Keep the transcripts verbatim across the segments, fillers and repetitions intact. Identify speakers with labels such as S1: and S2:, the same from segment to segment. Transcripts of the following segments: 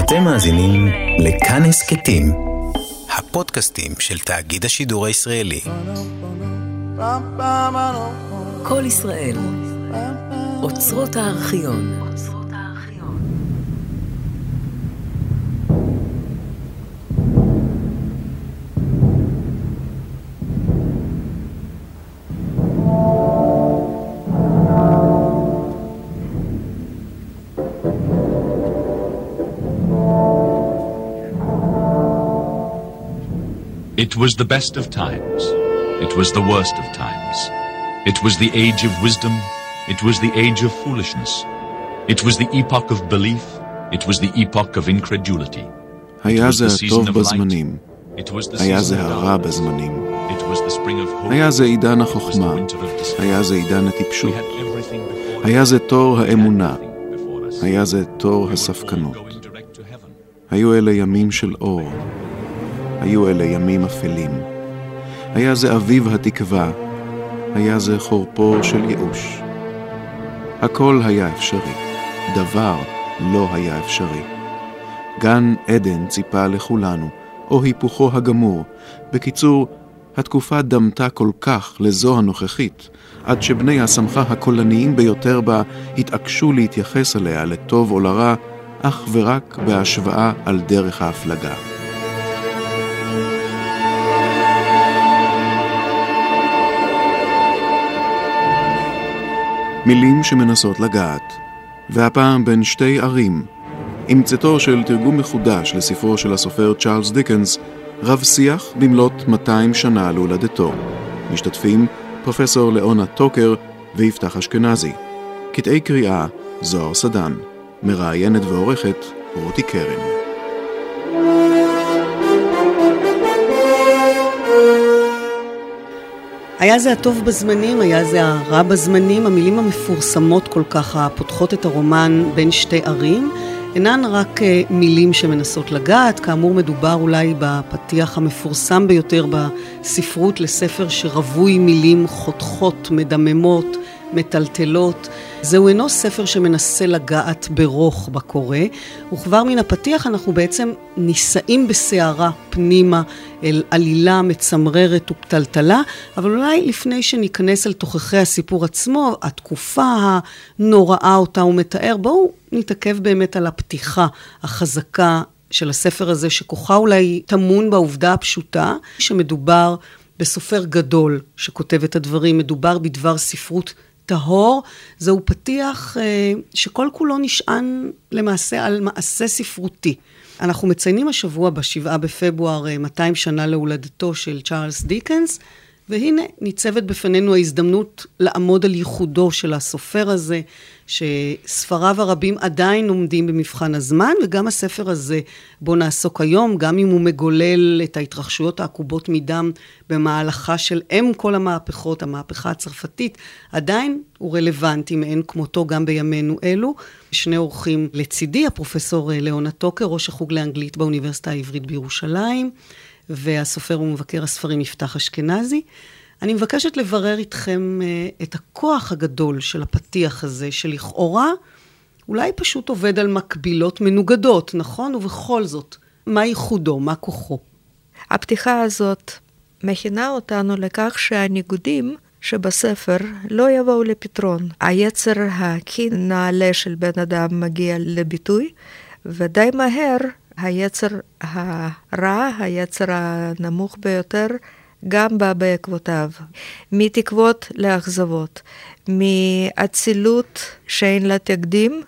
S1: אתם מאזינים לכאן הסכתים, הפודקאסטים של תאגיד השידור הישראלי.
S2: כל ישראל, אוצרות הארכיון.
S3: It was the best of times. It was the worst of times. It was the age of wisdom. It was the age of foolishness. It was the epoch of belief. It was the epoch of incredulity.
S4: היה זה הטוב בזמנים. היה זה הרע בזמנים. היה זה עידן החוכמה. היה זה עידן הטיפשות. היה זה תור האמונה. היה זה תור הספקנות. היו אלה ימים של אור. היו אלה ימים אפלים. היה זה אביב התקווה, היה זה חורפו של ייאוש. הכל היה אפשרי, דבר לא היה אפשרי. גן עדן ציפה לכולנו, או היפוכו הגמור. בקיצור, התקופה דמתה כל כך לזו הנוכחית, עד שבני השמחה הקולניים ביותר בה התעקשו להתייחס אליה לטוב או לרע, אך ורק בהשוואה על דרך ההפלגה. מילים שמנסות לגעת, והפעם בין שתי ערים, עם צאתו של תרגום מחודש לספרו של הסופר צ'ארלס דיקנס, רב שיח במלאת מאתיים שנה להולדתו. משתתפים פרופסור ליאונה טוקר ויפתח אשכנזי. קטעי קריאה זוהר סדן, מראיינת ועורכת רותי קרן.
S5: היה זה הטוב בזמנים, היה זה הרע בזמנים. המילים המפורסמות כל כך הפותחות את הרומן בין שתי ערים, אינן רק מילים שמנסות לגעת. כאמור מדובר אולי בפתיח המפורסם ביותר בספרות לספר שרווי מילים חותכות, מדממות, מטלטלות. זהו אינו ספר שמנסה לגעת ברוך בקורא, וכבר מן הפתיח אנחנו בעצם נישאים בסערה פנימה אל עלילה מצמררת ופטלטלה, אבל אולי לפני שניכנס אל תוכחי הסיפור עצמו, התקופה הנוראה אותה הוא מתאר, בואו נתעכב באמת על הפתיחה החזקה של הספר הזה, שכוחה אולי תמון בעובדה הפשוטה, שמדובר בסופר גדול שכותב את הדברים, מדובר בדבר ספרות טהור. זהו פתיח אה, שכל כולו נשען למעשה על מעשה ספרותי. אנחנו מציינים השבוע בשבעה בפברואר מאתיים שנה להולדתו של צ'ארלס דיקנס, והנה ניצבת בפנינו ההזדמנות לעמוד על ייחודו של הסופר הזה, שספריו הרבים עדיין עומדים במבחן הזמן, וגם הספר הזה בו נעסוק היום, גם אם הוא מגולל את ההתרחשויות העקובות מדם במהלכה של אם כל המהפכות, המהפכה הצרפתית, עדיין הוא רלוונטי מאין כמותו גם בימינו אלו. שני אורחים לצידי, הפרופסור ליאונה טוקר, ראש החוג לאנגלית באוניברסיטה העברית בירושלים, והסופר ומבקר הספרים יפתח אשכנזי. אני מבקשת לברר איתכם את הכוח הגדול של הפתיח הזה, שלכאורה אולי פשוט עובד על מקבילות מנוגדות, נכון? ובכל זאת, מה ייחודו, מה כוחו?
S6: הפתיחה הזאת מכינה אותנו לכך שהניגודים שבספר לא יבואו לפתרון. היצר הכי נעלה של בן אדם מגיע לביטוי, ודי מהר היצר הרע, היצר הנמוך ביותר, גם בא בעקבותיו. מתקוות לאכזבות, מאצילות שאין לה תקדים,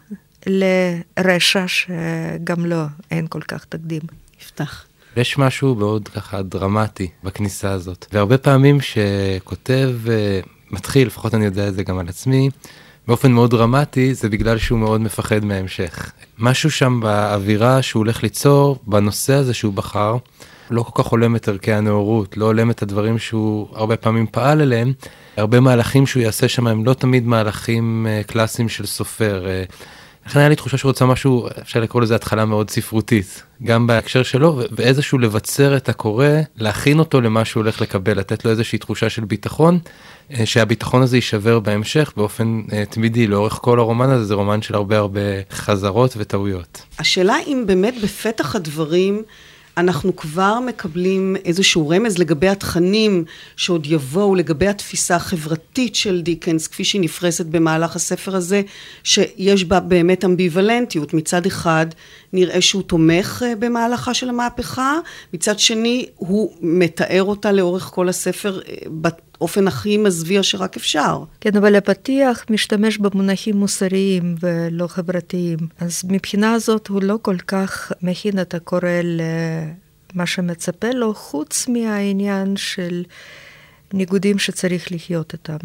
S6: לרשע שגם לא אין כל כך תקדים.
S5: יפתח.
S7: יש משהו מאוד ככה דרמטי בכניסה הזאת. והרבה פעמים שכותב מתחיל, לפחות אני יודע את זה גם על עצמי, באופן מאוד דרמטי, זה בגלל שהוא מאוד מפחד מההמשך. משהו שם באווירה שהוא הולך ליצור, בנושא הזה שהוא בחר, לא כל כך עולם את ערכי הנאורות, לא עולם את הדברים שהוא הרבה פעמים פעל אליהם. הרבה מהלכים שהוא יעשה שם הם לא תמיד מהלכים קלאסיים של סופר. לכן היה לי תחושה שרוצה משהו, אפשר לקרוא לזה התחלה מאוד ספרותית, גם בהקשר שלו, ואיזשהו לבצר את הקורא, להכין אותו למה שהוא הולך לקבל, לתת לו איזושהי תחושה של ביטחון, שהביטחון הזה יישבר בהמשך באופן תמידי, לאורך כל הרומן הזה, זה רומן של הרבה הרבה חזרות וטעויות.
S5: השאלה אם באמת בפתח הדברים, אנחנו כבר מקבלים איזשהו רמז לגבי התכנים שעוד יבואו, לגבי התפיסה החברתית של דיקנס, כפי שהיא נפרסת במהלך הספר הזה, שיש בה באמת אמביוולנטיות. מצד אחד נראה שהוא תומך במהלכה של המהפכה, מצד שני הוא מתאר אותה לאורך כל הספר באופן הכי מזוויע שרק אפשר.
S6: כן, אבל הפתיח משתמש במונחים מוסריים ולא חברתיים. אז מבחינה הזאת הוא לא כל כך מכין את הקורא למה שמצפה לו, חוץ מהעניין של ניגודים שצריך לחיות איתם.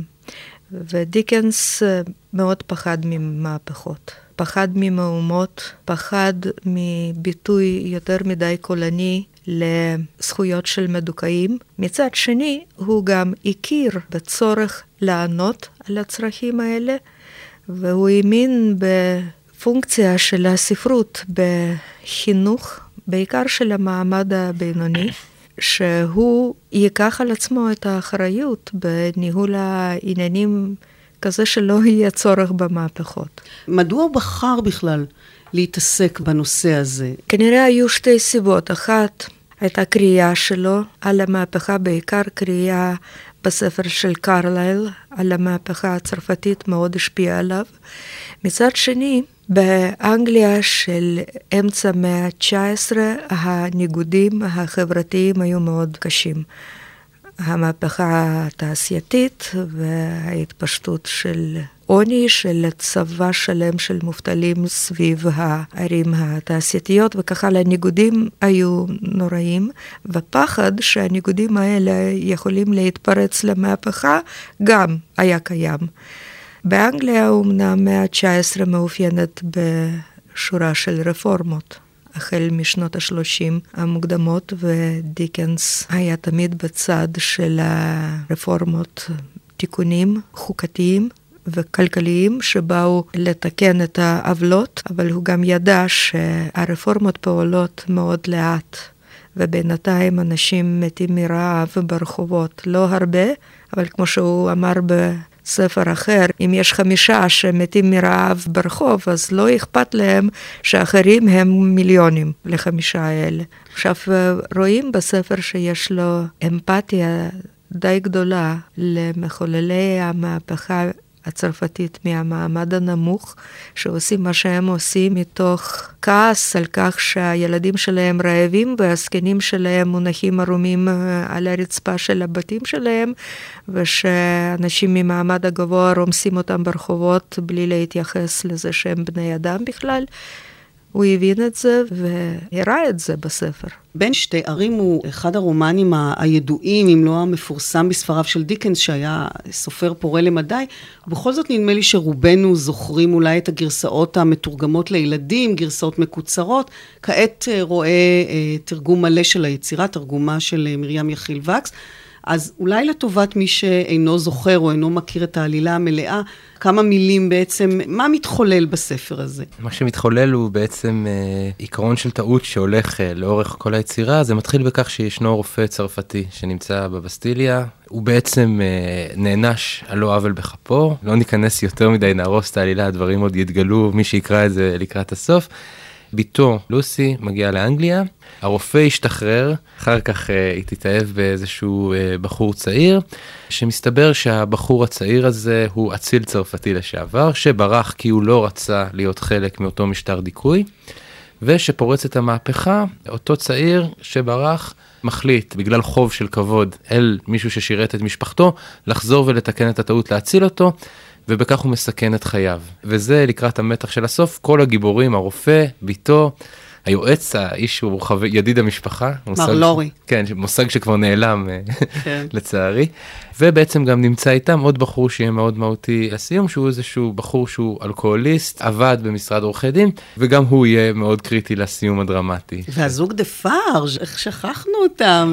S6: ודיקנס מאוד פחד ממהפכות. פחד ממהומות, פחד מביטוי יותר מדי קולני לזכויות של מדוכאים. מצד שני, הוא גם הכיר בצורך לענות על הצרכים האלה, והוא האמין בפונקציה של הספרות בחינוך, בעיקר של המעמד הבינוני, שהוא ייקח על עצמו את האחריות בניהול העניינים כזה שלא יהיה צורך במהפכות.
S5: מדוע הוא בחר בכלל להתעסק בנושא הזה?
S6: כנראה היו שתי סיבות. אחת הייתה קריאה שלו על המהפכה, בעיקר קריאה בספר של קרלייל על המהפכה הצרפתית מאוד השפיעה עליו. מצד שני, באנגליה של אמצע המאה ה-תשע עשרה הניגודים החברתיים היו מאוד קשים. המהפכה התעשייתית וההתפשטות של עוני, של צבא שלם של מובטלים סביב הערים התעשייתיות, וככה הניגודים היו נוראים, ופחד שהניגודים האלה יכולים להתפרץ למהפכה גם היה קיים. באנגליה אומנם המאה ה-תשע עשרה מאופיינת בשורה של רפורמות. החל משנות השלושים המוקדמות, ודיקנס היה תמיד בצד של הרפורמות, תיקונים חוקתיים וכלכליים שבאו לתקן את העוולות, אבל הוא גם ידע שהרפורמות פועלות מאוד לאט, ובינתיים אנשים מתים מרעב ברחובות, לא הרבה, אבל כמו שהוא אמר ב... ספר אחר, אם יש חמישה שמתים מרעב ברחוב, אז לא אכפת להם שאחרים הם מיליונים לחמישה האלה. עכשיו רואים בספר שיש לו אמפתיה די גדולה למחוללי המהפכה הצרפתית מהמעמד הנמוך, שעושים מה שהם עושים מתוך כעס על כך שהילדים שלהם רעבים והזקנים שלהם מונחים ערומים על הרצפה של הבתים שלהם, ושאנשים ממעמד הגבוה רומסים אותם ברחובות בלי להתייחס לזה שהם בני אדם בכלל. הוא הבין את זה והראה את זה בספר.
S5: בין שתי ערים הוא אחד הרומנים הידועים, אם לא המפורסם בספריו של דיקנס, שהיה סופר פורה למדי. ובכל זאת נדמה לי שרובנו זוכרים אולי את הגרסאות המתורגמות לילדים, גרסאות מקוצרות. כעת רואה תרגום מלא של היצירה, תרגומה של מרים יחיל וקס. אז אולי לטובת מי שאינו זוכר או אינו מכיר את העלילה המלאה, כמה מילים בעצם, מה מתחולל בספר הזה?
S7: מה שמתחולל הוא בעצם אה, עיקרון של טעות שהולך אה, לאורך כל היצירה. זה מתחיל בכך שישנו רופא צרפתי שנמצא בבסטיליה, הוא בעצם אה, נענש על לא עוול בכפו, לא ניכנס יותר מדי, נהרוס את העלילה, הדברים עוד יתגלו, מי שיקרא את זה לקראת הסוף. ביתו, לוסי, מגיעה לאנגליה, הרופא השתחרר, אחר כך אה, היא תתאהב באיזשהו אה, בחור צעיר, שמסתבר שהבחור הצעיר הזה הוא אציל צרפתי לשעבר, שברח כי הוא לא רצה להיות חלק מאותו משטר דיכוי, ושפורצת המהפכה, אותו צעיר שברח מחליט, בגלל חוב של כבוד אל מישהו ששירת את משפחתו, לחזור ולתקן את הטעות, להציל אותו, ובכך הוא מסכן את חייו. וזה לקראת המתח של הסוף, כל הגיבורים, הרופא, ביתו, היועץ, האיש הוא ידיד המשפחה.
S5: מר לורי.
S7: כן, מושג שכבר נעלם, כן. לצערי. ובעצם גם נמצא איתם עוד בחור שיהיה מאוד מהותי לסיום, שהוא איזשהו בחור שהוא אלכוהוליסט, עבד במשרד עורכי דין, וגם הוא יהיה מאוד קריטי לסיום הדרמטי.
S5: והזוג דה פארג', איך שכחנו אותם?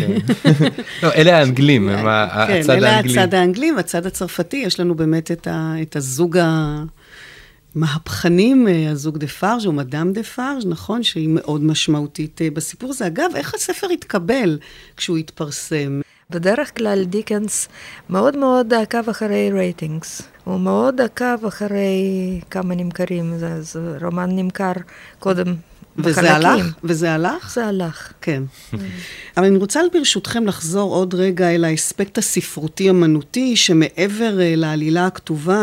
S7: לא, אלה האנגלים, הם הצד האנגלי.
S5: אלה הצד האנגלים, הצד הצרפתי, יש לנו באמת את הזוג ה... מהפכנים, הזוג דה פארג' או מדאם דה פארג', נכון, שהיא מאוד משמעותית בסיפור הזה. אגב, איך הספר התקבל כשהוא התפרסם?
S6: בדרך כלל דיקנס מאוד מאוד עקב אחרי רייטינגס. הוא מאוד עקב אחרי כמה נמכרים. זה, זה רומן נמכר קודם
S5: וזה
S6: בחלקים.
S5: הלך? וזה הלך?
S6: זה הלך.
S5: כן. אבל אני רוצה ברשותכם לחזור עוד רגע אל האספקט הספרותי-אמנותי, שמעבר לעלילה הכתובה,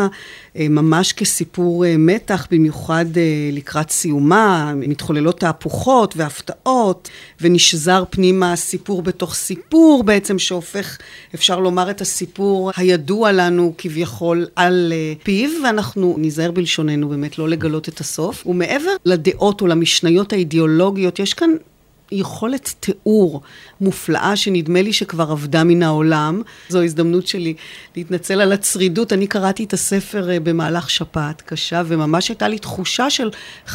S5: ממש כסיפור מתח, במיוחד לקראת סיומה, מתחוללות תהפוכות והפתעות, ונשזר פנימה סיפור בתוך סיפור, בעצם שהופך, אפשר לומר, את הסיפור הידוע לנו כביכול על פיו, ואנחנו נזהר בלשוננו באמת לא לגלות את הסוף. ומעבר לדעות או למשניות האידיאולוגיות, יש כאן יכולת תיאור מופלאה שנדמה לי שכבר עבדה מן העולם. זו הזדמנות שלי להתנצל על הצרידות. אני קראתי את הספר במהלך שפעת קשה, וממש הייתה לי תחושה של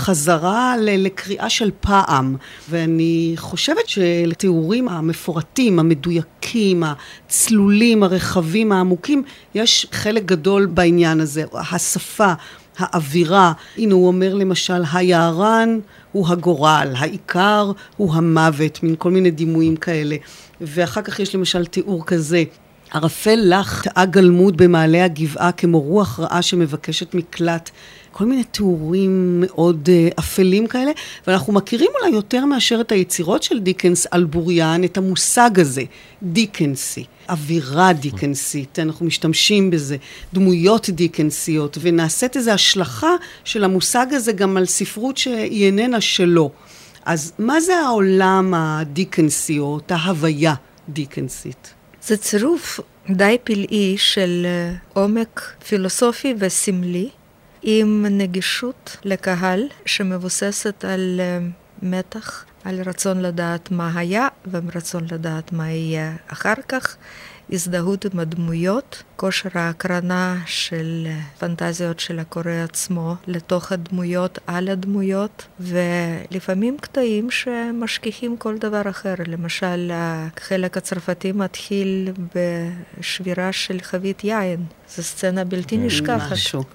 S5: חזרה לקריאה של פעם. ואני חושבת שלתיאורים המפורטים, המדויקים, הצלולים, הרחבים, העמוקים, יש חלק גדול בעניין הזה. השפה, האווירה, הנה הוא אומר למשל, היערן הוא הגורל, העיקר הוא המוות, מן כל מיני דימויים כאלה. ואחר כך יש למשל תיאור כזה, ערפל לך תאה גלמוד במעלה הגבעה כמו רוח רעה שמבקשת מקלט, כל מיני תיאורים מאוד uh, אפלים כאלה, ואנחנו מכירים אולי יותר מאשר את היצירות של דיקנס על בוריין, את המושג הזה, דיקנסי, אווירה דיקנסית, אנחנו משתמשים בזה, דמויות דיקנסיות, ונעשית איזו השלכה של המושג הזה גם על ספרות שהיא איננה שלו. אז מה זה העולם הדיקנסי, או אותה הוויה דיקנסית?
S6: זה צירוף די פלאי של עומק פילוסופי וסמלי, עם נגישות לקהל שמבוססת על מתח, על רצון לדעת מה היה ורצון לדעת מה יהיה אחר כך, הזדהות עם הדמויות, כושר ההקרנה של פנטזיות של הקורא עצמו לתוך הדמויות, על הדמויות, ולפעמים קטעים שמשכיחים כל דבר אחר. למשל, החלק הצרפתי מתחיל בשבירה של חבית יין. זו סצנה בלתי נשכחת.
S5: משהו.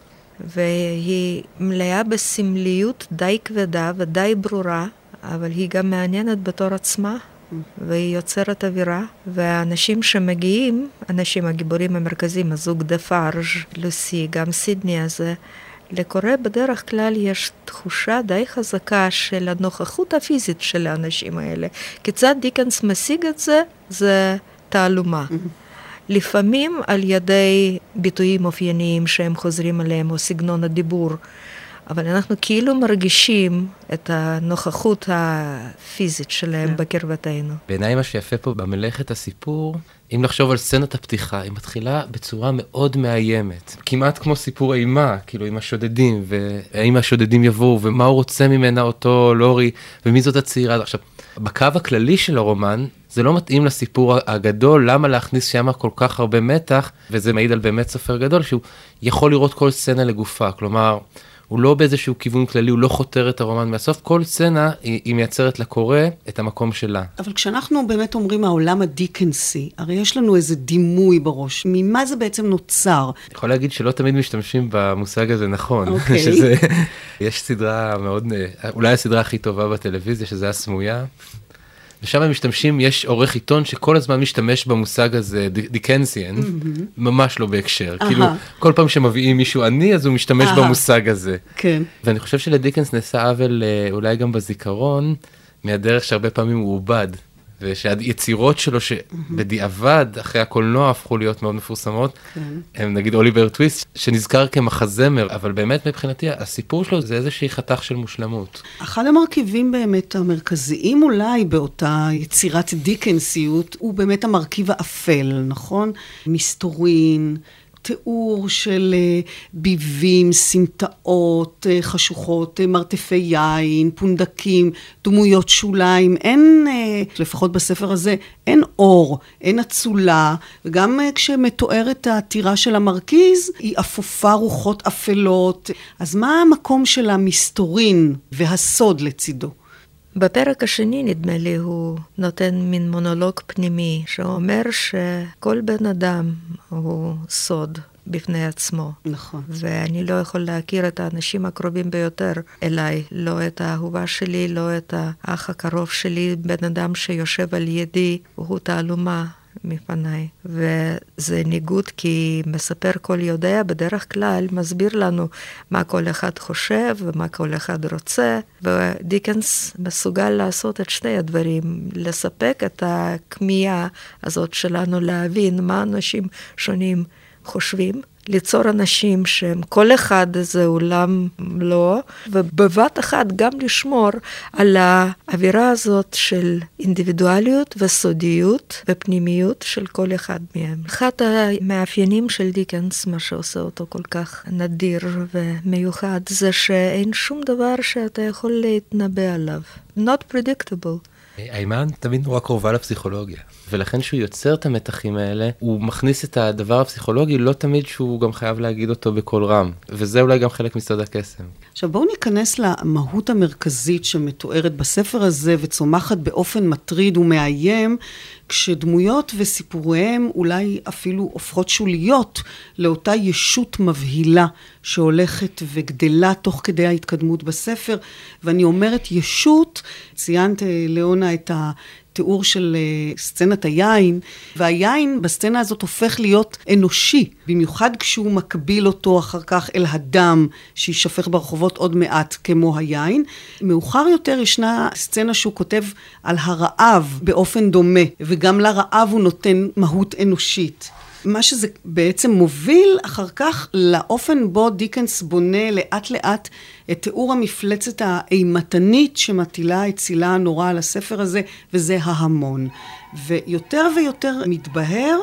S6: והיא מלאה בסמליות די כבדה ודי ברורה, אבל היא גם מעניינת בתור עצמה, והיא יוצרת אווירה, והאנשים שמגיעים, אנשים הגיבורים המרכזיים, הזוג דה פארג', לוסי, גם סידני הזה, לקורא בדרך כלל יש תחושה די חזקה של הנוכחות הפיזית של האנשים האלה. כיצד דיקנס משיג את זה? זה תעלומה. לפעמים על ידי ביטויים אופייניים שהם חוזרים עליהם, או סגנון הדיבור, אבל אנחנו כאילו מרגישים את הנוכחות הפיזית שלהם בקרבתנו.
S7: בעיניי מה שיפה פה במלאכת הסיפור, אם לחשוב על סצנת הפתיחה, היא מתחילה בצורה מאוד מאיימת. כמעט כמו סיפור אימה, כאילו עם השודדים, והאם השודדים יבואו, ומה הוא רוצה ממנה אותו לורי, ומי זאת הצעירה. עכשיו, בקו הכללי של הרומן, זה לא מתאים לסיפור הגדול, למה להכניס שם כל כך הרבה מתח, וזה מעיד על באמת סופר גדול, שהוא יכול לראות כל סצנה לגופה, כלומר, הוא לא באיזשהו כיוון כללי, הוא לא חותר את הרומן מהסוף, כל סצנה היא, היא מייצרת לקורא את המקום שלה.
S5: אבל כשאנחנו באמת אומרים העולם הדיקנסי, הרי יש לנו איזה דימוי בראש, ממה זה בעצם נוצר?
S7: אני יכול להגיד שלא תמיד משתמשים במושג הזה נכון,
S5: אוקיי.
S7: שזה, יש סדרה מאוד, אולי הסדרה הכי טובה בטלוויזיה, שזה הסמויה, ושם הם משתמשים, יש עורך עיתון שכל הזמן משתמש במושג הזה, דיקנסיאן, ממש לא בהקשר. כאילו, כל פעם שמביאים מישהו עני, אז הוא משתמש במושג הזה.
S5: כן.
S7: ואני חושב שלדיקנס נעשה עוול, אולי גם בזיכרון, מהדרך שהרבה פעמים הוא עובד, ושהיצירות שלו שבדיעבד, אחרי הקולנוע, הפכו להיות מאוד מפורסמות, הם נגיד אוליבר טוויסט, שנזכר כמחזמר, אבל באמת מבחינתי, הסיפור שלו זה איזושהי חתך של מושלמות.
S5: אחד המרכיבים באמת המרכזיים אולי באותה יצירת דיקנסיות, הוא באמת המרכיב האפל, נכון? מסתורין, תיאור של ביבים, סמטאות, חשוכות, מרתפי יין, פונדקים, דמויות שוליים. אין, לפחות בספר הזה, אין אור, אין הצולה, וגם כשמתוארת הטירה של המרכיז, היא אפופה רוחות אפלות. אז מה המקום של המסתורין והסוד לצידו?
S6: בפרק השני, נדמה לי, הוא נותן מין מונולוג פנימי, שאומר שכל בן אדם הוא סוד. בפני עצמו.
S5: נכון.
S6: ואני לא יכול להכיר את האנשים הקרובים ביותר אליי, לא את האהובה שלי, לא את האח הקרוב שלי, בן אדם שיושב על ידי, הוא תעלומה מפניי. וזה ניגוד כי מספר כל יודע, בדרך כלל מסביר לנו מה כל אחד חושב ומה כל אחד רוצה, ודיקנס מסוגל לעשות את שני הדברים, לספק את הכמיהה הזאת שלנו להבין מה אנשים שונים חושבים, ליצור אנשים שהם כל אחד זה עולם לא, ובבת אחת גם לשמור על האווירה הזאת של אינדיבידואליות וסודיות ופנימיות של כל אחד מהם. אחד המאפיינים של דיקנס, מה שעושה אותו כל כך נדיר ומיוחד, זה שאין שום דבר שאתה יכול להתנבא עליו. Not predictable.
S7: האימה תמיד נורא קרובה לפסיכולוגיה, ולכן שהוא יוצר את המתחים האלה, הוא מכניס את הדבר הפסיכולוגי, לא תמיד שהוא גם חייב להגיד אותו בקול רם, וזה אולי גם חלק מסוד הקסם.
S5: עכשיו בואו ניכנס למהות המרכזית שמתוארת בספר הזה, וצומחת באופן מטריד ומאיים, כשדמויות וסיפוריהם אולי אפילו הופכות שוליות לאותה ישות מבהילה שהולכת וגדלה תוך כדי ההתקדמות בספר. ואני אומרת ישות, ציינת ליאונה את התיאור של סצנת היין, והיין בסצנה הזאת הופך להיות אנושי, במיוחד כשהוא מקביל אותו אחר כך אל הדם שישפך ברחובות עוד מעט כמו היין. מאוחר יותר ישנה סצנה שהוא כותב על הרעב באופן דומה, וגם לרעב הוא נותן מהות אנושית. מה שזה בעצם מוביל אחר כך לאופן בו דיקנס בונה לאט לאט את תיאור המפלצת האימתנית שמטילה את צילה הנורא על הספר הזה, וזה ההמון. ויותר ויותר מתבהר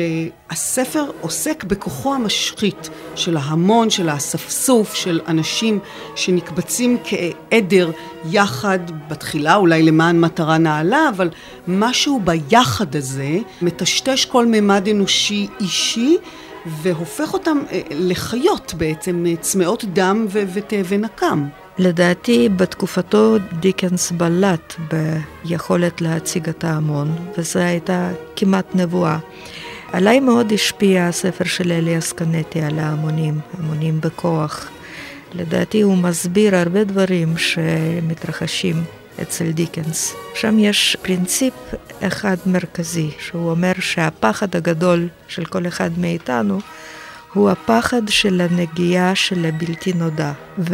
S5: שהספר עוסק בכוחו המשחית של ההמון, של האספסוף, של אנשים שנקבצים כעדר יחד בתחילה, אולי למען מטרה נעלה, אבל משהו ביחד הזה מטשטש כל ממד אנושי אישי, והופך אותם לחיות בעצם, צמאות דם ותאבי נקם.
S6: לדעתי בתקופתו דיקנס בלט ביכולת להציג את ההמון, וזו הייתה כמעט נבואה. עליי מאוד השפיע הספר של אליאס קנטי על ההמונים, המונים בכוח. לדעתי הוא מסביר הרבה דברים שמתרחשים אצל דיקנס. שם יש פרינציפ אחד מרכזי, שהוא אומר שהפחד הגדול של כל אחד מאיתנו, הוא הפחד של הנגיעה של הבלתי נודע.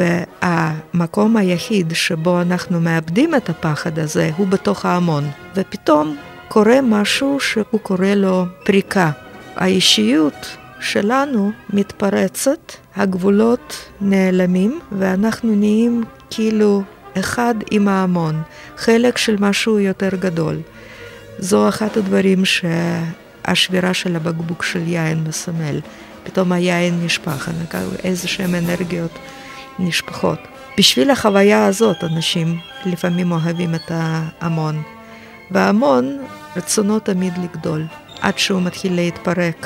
S6: והמקום היחיד שבו אנחנו מאבדים את הפחד הזה, הוא בתוך ההמון. ופתאום קורה משהו שהוא קורא לו פריקה. האישיות שלנו מתפרצת, הגבולות נעלמים, ואנחנו נהיים כאילו אחד עם ההמון, חלק של משהו יותר גדול. זו אחת הדברים שהשבירה של הבקבוק של יין מסמל. פתאום היין נשפך, איזה שהם אנרגיות נשפחות. בשביל החוויה הזאת אנשים לפעמים אוהבים את ההמון. וההמון רצונו תמיד לגדול, עד שהוא מתחיל להתפרק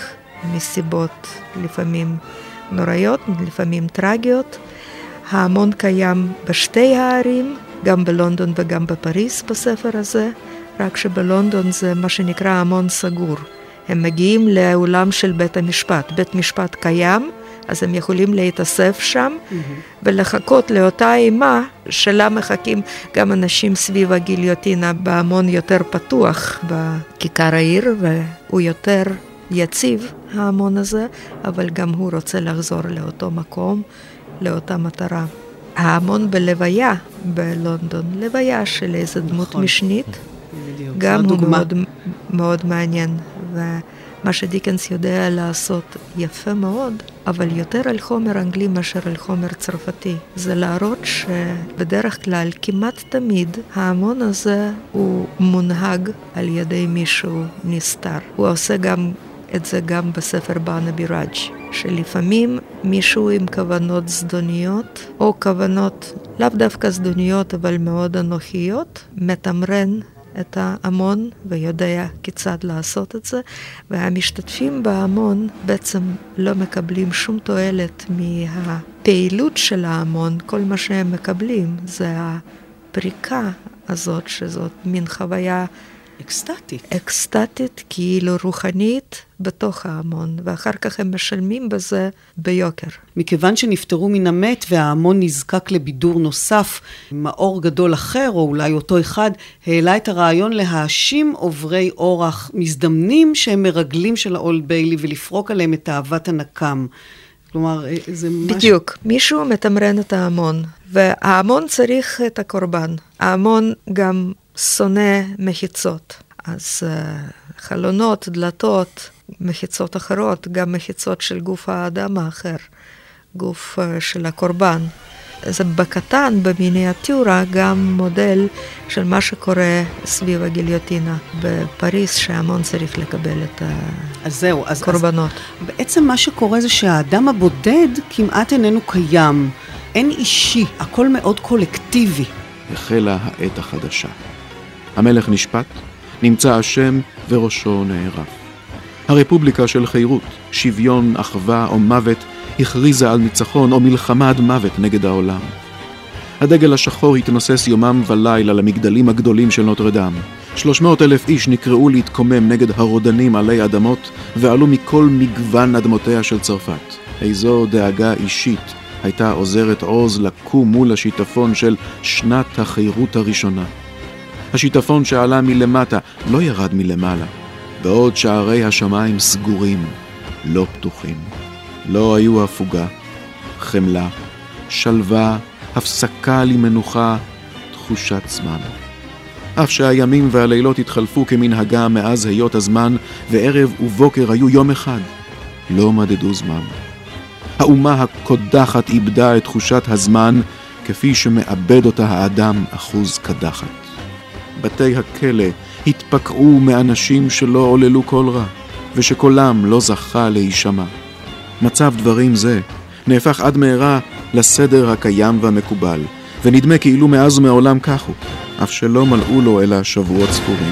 S6: מסיבות לפעמים נוראיות, לפעמים טרגיות. ההמון קיים בשתי הערים, גם בלונדון וגם בפריז בספר הזה, רק שבלונדון זה מה שנקרא המון סגור. הם מגיעים לאולם של בית המשפט. בית משפט קיים, אז הם יכולים להתאסף שם, mm-hmm. ולחכות לאותה אימה שלה מחכים גם אנשים סביב הגיליוטינה בהמון יותר פתוח בכיכר העיר, והוא יותר יציב, ההמון הזה, אבל גם הוא רוצה לחזור לאותו מקום, לאותה מטרה. ההמון בלוויה בלונדון, לוויה של איזו דמות נכון. משנית, בדיוק. גם הוא מאוד, מאוד מעניין, ומה שדיקנס יודע לעשות יפה מאוד, אבל יותר על חומר אנגלי מאשר על חומר צרפתי. זה להראות שבדרך כלל, כמעט תמיד, ההמון הזה הוא מונהג על ידי מישהו נסתר. הוא עושה גם את זה גם בספר באנבי ראג', שלפעמים מישהו עם כוונות זדוניות, או כוונות לאו דווקא זדוניות, אבל מאוד אנוכיות, מתמרן את ההמון ויודע כיצד לעשות את זה, והמשתתפים בהמון בעצם לא מקבלים שום תועלת מהפעילות של ההמון. כל מה שהם מקבלים זה הפריקה הזאת, שזאת מין חוויה
S5: אקסטטית.
S6: אקסטטית, כאילו רוחנית, בתוך ההמון, ואחר כך הם משלמים בזה ביוקר.
S5: מכיוון שנפטרו מן המת וההמון נזקק לבידור נוסף, מאור גדול אחר, או אולי אותו אחד, העלה את הרעיון להאשים עוברי אורח מזדמנים שהם מרגלים של האולד ביילי, ולפרוק עליהם את אהבת הנקם. כלומר, זה ממש...
S6: בדיוק. מישהו מתמרן את ההמון, וההמון צריך את הקורבן. ההמון גם שונא מחיצות. אז uh, חלונות, דלתות, מחיצות אחרות, גם מחיצות של גוף האדם האחר, גוף uh, של הקורבן. זה בקטן, במיניאטורה, גם מודל של מה שקורה סביב הגיליוטינה בפריז, שההמון צריך לקבל את הקורבנות.
S5: אז בעצם מה שקורה זה שהאדם הבודד כמעט איננו קיים. אין אישי, הכל מאוד קולקטיבי.
S4: החלה העת החדשה. המלך נשפט, נמצא אשם וראשו נערף. הרפובליקה של חירות, שוויון, אחווה או מוות, הכריזה על ניצחון או מלחמה עד מוות נגד העולם. הדגל השחור התנוסס יומם ולילה למגדלים הגדולים של נוטרדם. שלוש מאות אלף איש נקראו להתקומם נגד הרודנים עלי אדמות, ועלו מכל מגוון אדמותיה של צרפת. איזו דאגה אישית הייתה עוזרת עוז לקום מול השיטפון של שנת החירות הראשונה. השיטפון שעלה מלמטה לא ירד מלמעלה, בעוד שערי השמיים סגורים, לא פתוחים. לא היו הפוגה, חמלה, שלווה, הפסקה למנוחה, תחושת זמן. אף שהימים והלילות התחלפו כמנהגה מאז היות הזמן, וערב ובוקר היו יום אחד, לא מדדו זמן. האומה הקודחת איבדה את תחושת הזמן, כפי שמאבד אותה האדם אחוז קדחת. בתי הכלא התפקעו מאנשים שלא עוללו כל רע, ושקולם לא זכה להישמע. מצב דברים זה נהפך עד מהרה לסדר הקיים והמקובל, ונדמה כאילו מאז ומעולם כך הוא, אף שלא מלאו לו אלא שבועות ספורים.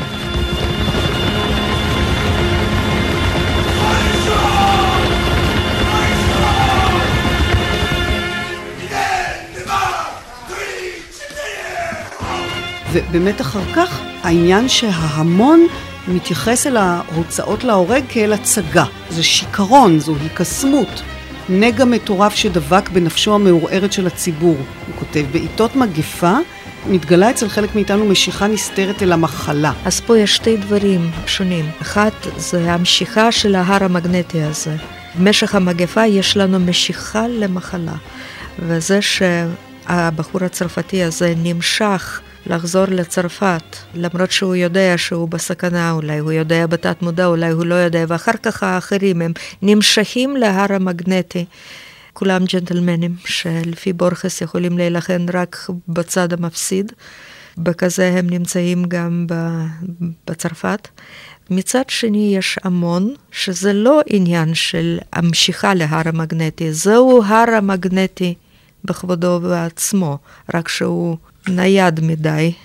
S5: ובאמת אחר כך העניין שההמון מתייחס אל ההוצאות להורג כאל הצגה. זה שיקרון, זו הקסמות, נגע מטורף שדבק בנפשו המעורערת של הציבור. הוא כותב, בעיתות מגפה מתגלה אצל חלק מאיתנו משיכה נסתרת אל המחלה.
S6: אז פה יש שתי דברים שונים. אחד זה המשיכה של ההר המגנטי הזה. במשך המגפה יש לנו משיכה למחלה. וזה שהבחור הצרפתי הזה נמשך לחזור לצרפת, למרות שהוא יודע שהוא בסכנה, אולי הוא יודע בתת מודע, אולי הוא לא יודע, ואחר כך האחרים הם נמשכים להר המגנטי. כולם ג'נטלמנים שלפי בורכס יכולים להילחם רק בצד המפסיד. בכזה הם נמצאים גם בצרפת. מצד שני יש המון, שזה לא עניין של המשיכה להר המגנטי, זהו הר המגנטי בכבודו בעצמו, רק שהוא נייד מדי,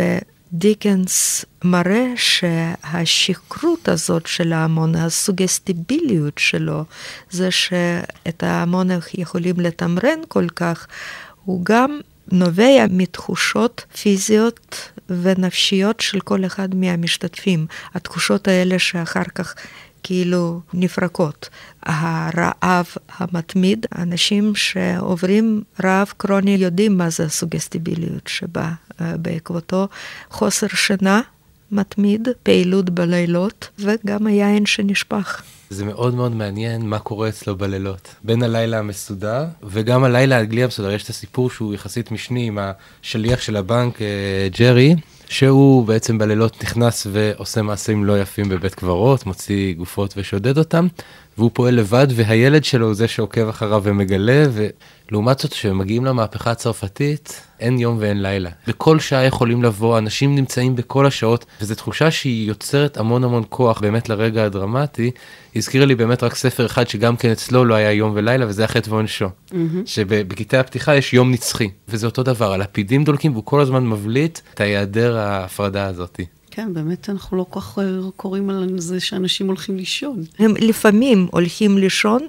S6: ודיקנס מראה שהשכרות הזאת של ההמון, הסוגסטיביליות שלו, זה שאת ההמון יכולים לתמרן כל כך, הוא גם נובע מתחושות פיזיות ונפשיות של כל אחד מהמשתתפים. התחושות האלה שאחר כך כאילו נפרקות. הרעב המתמיד, אנשים שעוברים רעב קרוני יודעים מה זה הסוגסטיביליות שבא בעקבותו. חוסר שינה מתמיד, פעילות בלילות, וגם היין שנשפך.
S7: זה מאוד מאוד מעניין מה קורה אצלו בלילות. בין הלילה המסודר, וגם הלילה האנגלי המסודר. יש את הסיפור שהוא יחסית משני עם השליח של הבנק, ג'רי, שהוא בעצם בלילות נכנס ועושה מעשים לא יפים בבית קברות, מוציא גופות ושודד אותם, והוא פועל לבד, והילד שלו הוא זה שעוקב אחריו ומגלה, ולעומת זאת שמגיעים למהפכה הצרפתית, אין יום ואין לילה. בכל שעה יכולים לבוא, אנשים נמצאים בכל השעות, וזו תחושה שהיא יוצרת המון המון כוח באמת לרגע הדרמטי. הזכירה לי באמת רק ספר אחד שגם כן אצלו לא היה יום ולילה, וזה החטא ועונשו. Mm-hmm. שבקטעי הפתיחה יש יום נצחי, וזה אותו דבר, הלפידים דולקים, והוא כל הזמן מבליט את היעדר ההפרדה הזאת.
S5: כן, באמת אנחנו לא כל כך קוראים על זה שאנשים הולכים לישון.
S6: הם לפעמים הולכים לישון,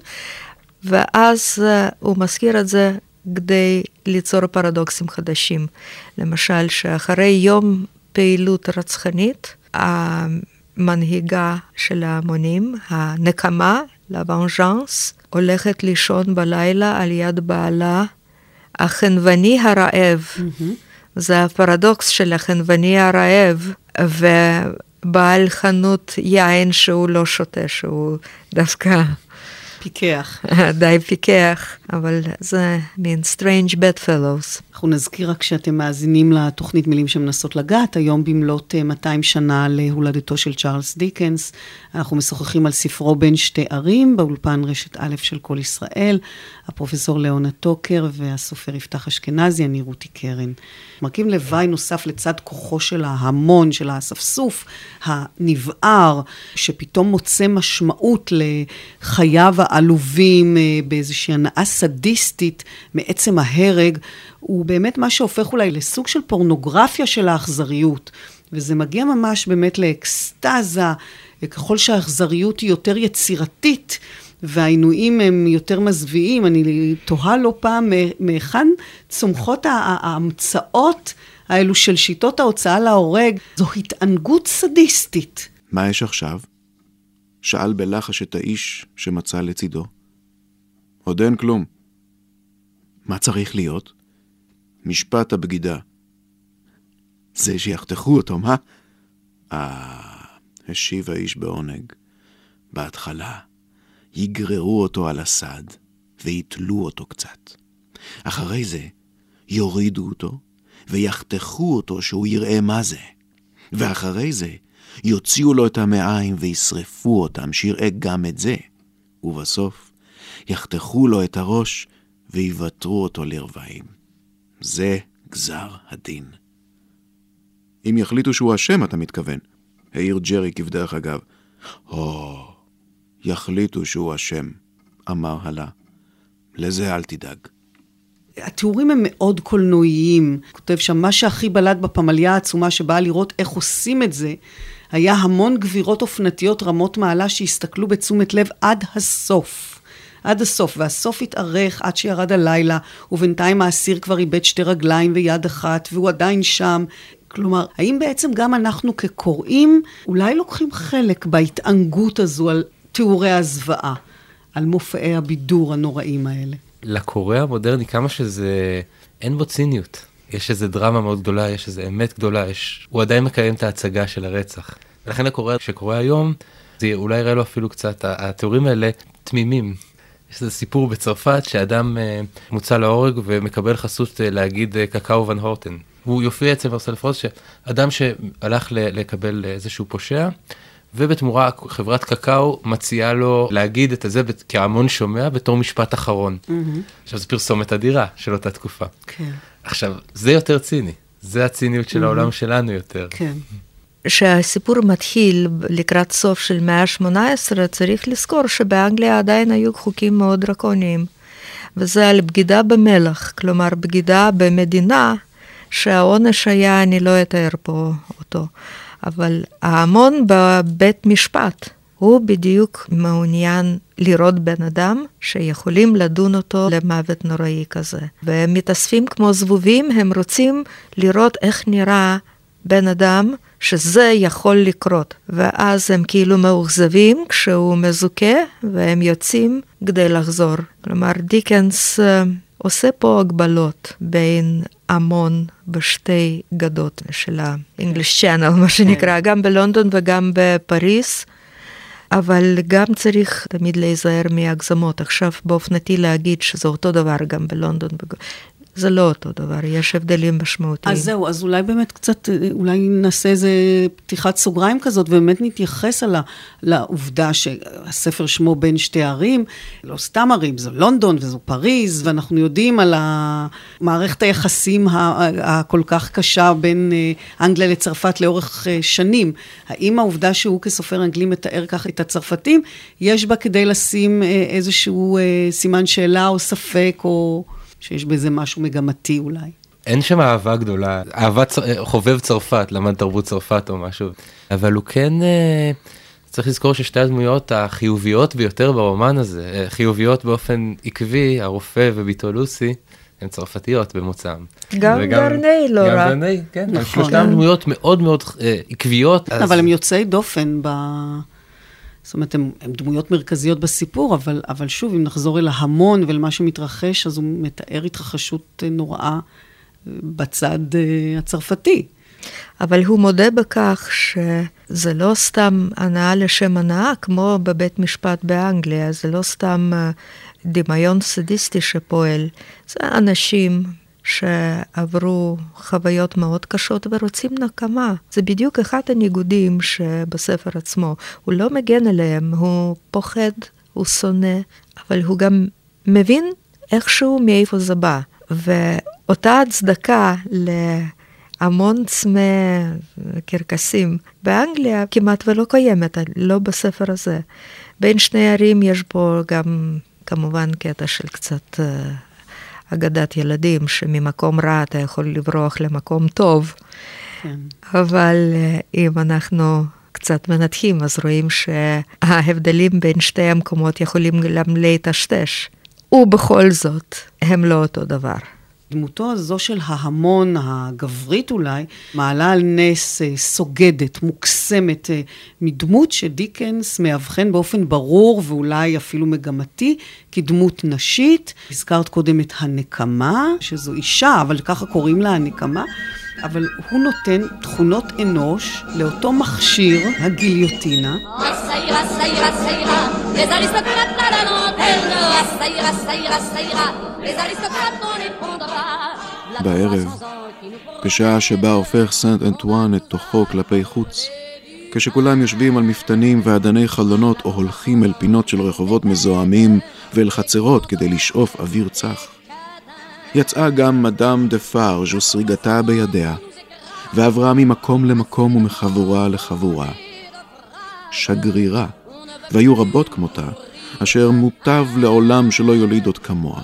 S6: ואז הוא מזכיר את זה כדי ליצור פרדוקסים חדשים. למשל, שאחרי יום פעילות רצחנית, המנהיגה של ההמונים, הנקמה, לוונז'אנס, הולכת לישון בלילה על יד בעלה, החנווני הרעב. Mm-hmm. זה הפרדוקס של החנווני הרעב, ובעל חנות יין שהוא לא שותה, שהוא דווקא
S5: פיקח.
S6: די פיקח, אבל זה מין strange bedfellows.
S5: אנחנו נזכיר רק שאתם מאזינים לתוכנית מילים שמנסות לגעת, היום במלאת מאתיים שנה להולדתו של צ'ארלס דיקנס. אנחנו משוחחים על ספרו בין שתי ערים, באולפן רשת א' של כל ישראל, הפרופסור ליאונה טוקר והסופר יפתח אשכנזי, אני רותי קרן. מרכיב לוואי נוסף לצד כוחו של ההמון, של האספסוף, הנבער, שפתאום מוצא משמעות לחייו העלובים באיזושהי הנאה סדיסטית מעצם ההרג, הוא באמת מה שהופך אולי לסוג של פורנוגרפיה של האכזריות, וזה מגיע ממש באמת לאקסטאזה, ככל שהאכזריות היא יותר יצירתית, והעינויים הם יותר מזוויעים, אני תוהה לא פעם מאחן צומחות ההמצאות האלו של שיטות ההוצאה להורג, זו התענגות סדיסטית.
S4: מה יש עכשיו? שאל בלחש את האיש שמצא לצידו. עוד אין כלום. מה צריך להיות? משפט הבגידה. זה שיחתכו אותו, מה? אה, השיב האיש בעונג. בהתחלה יגררו אותו על הסד ויתלו אותו קצת. אחרי זה יורידו אותו ויחתכו אותו שהוא יראה מה זה. ואחרי זה יוציאו לו את המעיים וישרפו אותם שיראה גם את זה. ובסוף יחתכו לו את הראש ויוותרו אותו לרבעים. זה גזר הדין. אם יחליטו שהוא אשם, אתה מתכוון. העיר ג'רי כבדרך אגב. או, יחליטו שהוא אשם, אמר הלה. לזה אל תדאג.
S5: התיאורים הם מאוד קולנועיים. כותב שם, מה שהכי בלט בפמליה העצומה שבאה לראות איך עושים את זה, היה המון גבירות אופנתיות רמות מעלה שהסתכלו בתשומת לב עד הסוף. עד הסוף, והסוף התארך עד שירד הלילה, ובינתיים האסיר כבר איבד שתי רגליים ויד אחת, והוא עדיין שם. כלומר, האם בעצם גם אנחנו כקוראים, אולי לוקחים חלק בהתענגות הזו על תיאורי הזוועה, על מופעי הבידור הנוראים האלה?
S7: לקורא המודרני, כמה שזה, אין בו ציניות. יש איזו דרמה מאוד גדולה, יש איזו אמת גדולה, יש... הוא עדיין מקיים את ההצגה של הרצח. ולכן הקורא שקורא היום, זה אולי יראה לו אפילו קצת, התיאורים האלה תמימים. יש איזה סיפור בצרפת שאדם uh, מוצא להורג ומקבל חסות uh, להגיד uh, קקאו ון הורטן. הוא יופיע אצל מרסל פרוסט שאדם שהלך ל- לקבל איזשהו פושע, ובתמורה חברת קקאו מציעה לו להגיד את זה כי ההמון שומע בתור משפט אחרון. Mm-hmm. עכשיו זה פרסומת אדירה של אותה תקופה. כן. עכשיו זה יותר ציני, זה הציניות של mm-hmm. העולם שלנו יותר.
S5: כן.
S6: שהסיפור מתחיל לקראת סוף של מאה ה-שמונה עשרה, צריך לזכור שבאנגליה עדיין היו חוקים מאוד דרקוניים, וזה על בגידה במלך, כלומר בגידה במדינה שהעונש היה, אני לא אתאר פה אותו, אבל ההמון בבית משפט, הוא בדיוק מעוניין לראות בן אדם שיכולים לדון אותו למוות נוראי כזה. והם מתאספים כמו זבובים, הם רוצים לראות איך נראה בן אדם שזה יכול לקרות. ואז הם כאילו מאוכזבים כשהוא מזוכה, והם יוצאים כדי לחזור. כלומר, דיקנס uh, עושה פה הגבלות בין המון בשתי גדות של ה-English Channel, מה שנקרא, גם בלונדון וגם בפריס. אבל גם צריך תמיד להיזהר מהגזמות. עכשיו באופנתי להגיד שזה אותו דבר גם בלונדון. זה לא אותו דבר, יש הבדלים משמעותיים.
S5: אז זהו, אז אולי באמת קצת, אולי נעשה איזה פתיחת סוגריים כזאת, ובאמת נתייחס על לעובדה שהספר שמו בין שתי ערים, לא סתם ערים, זו לונדון וזו פריז, ואנחנו יודעים על מערכת היחסים הכל כך קשה בין אנגליה לצרפת לאורך שנים. האם העובדה שהוא כסופר אנגלי מתאר כך את הצרפתים, יש בה כדי לשים איזשהו סימן שאלה או ספק או... שיש בזה משהו מגמתי אולי.
S7: אין שם אהבה גדולה, אהבת חובב צרפת, למד תרבות צרפת או משהו, אבל הוא כן, צריך לזכור ששתי הדמויות החיוביות ביותר ברומן הזה, חיוביות באופן עקבי, הרופא וביתו לוסי, הן צרפתיות במוצאם.
S6: גם דרני לא רע.
S7: גם דרני, כן. נכון. שלושתם דמויות מאוד מאוד אה, עקביות.
S5: אבל אז... הם יוצאי דופן ב... זאת אומרת, הם, הם דמויות מרכזיות בסיפור, אבל, אבל שוב, אם נחזור אל ההמון ולמה שמתרחש, אז הוא מתאר התרחשות נוראה בצד uh, הצרפתי.
S6: אבל הוא מודה בכך שזה לא סתם הנאה לשם הנאה, כמו בבית משפט באנגליה, זה לא סתם uh, דמיון סדיסטי שפועל, זה אנשים שעברו חוויות מאוד קשות ורוצים נקמה. זה בדיוק אחד הניגודים שבספר עצמו. הוא לא מגן עליהם, הוא פוחד, הוא שונא, אבל הוא גם מבין איכשהו מאיפה זה בא. ואותה הצדקה להמון צמא קרקסים באנגליה כמעט ולא קיימת, לא בספר הזה. בין שני ערים יש פה גם כמובן קטע של קצת... אגדת ילדים, שממקום רע אתה יכול לברוח למקום טוב. כן. אבל אם אנחנו קצת מנתחים, אז רואים שההבדלים בין שתי המקומות יכולים גם להתשתש. ובכל זאת, הם לא אותו דבר.
S5: דמותו הזו של ההמון הגברית אולי, מעלה על נס סוגדת, מוקסמת, מדמות שדיקנס מאבחן באופן ברור ואולי אפילו מגמתי, כדמות נשית. הזכרת קודם את הנקמה, שזו אישה, אבל ככה קוראים לה הנקמה, אבל הוא נותן תכונות אנוש לאותו מכשיר, הגיליוטינה.
S4: בערב, בשעה שבה הופך סנט אנטואן את תוכו כלפי חוץ, כשכולם יושבים על מפתנים ועדני חלונות או הולכים אל פינות של רחובות מזוהמים ואל חצרות כדי לשאוף אוויר צח, יצאה גם מדאם דה פארג' וסריגתה בידיה, ועברה ממקום למקום ומחבורה לחבורה. שגרירה, והיו רבות כמותה, אשר מוטב לעולם שלא יוליד עוד כמוה.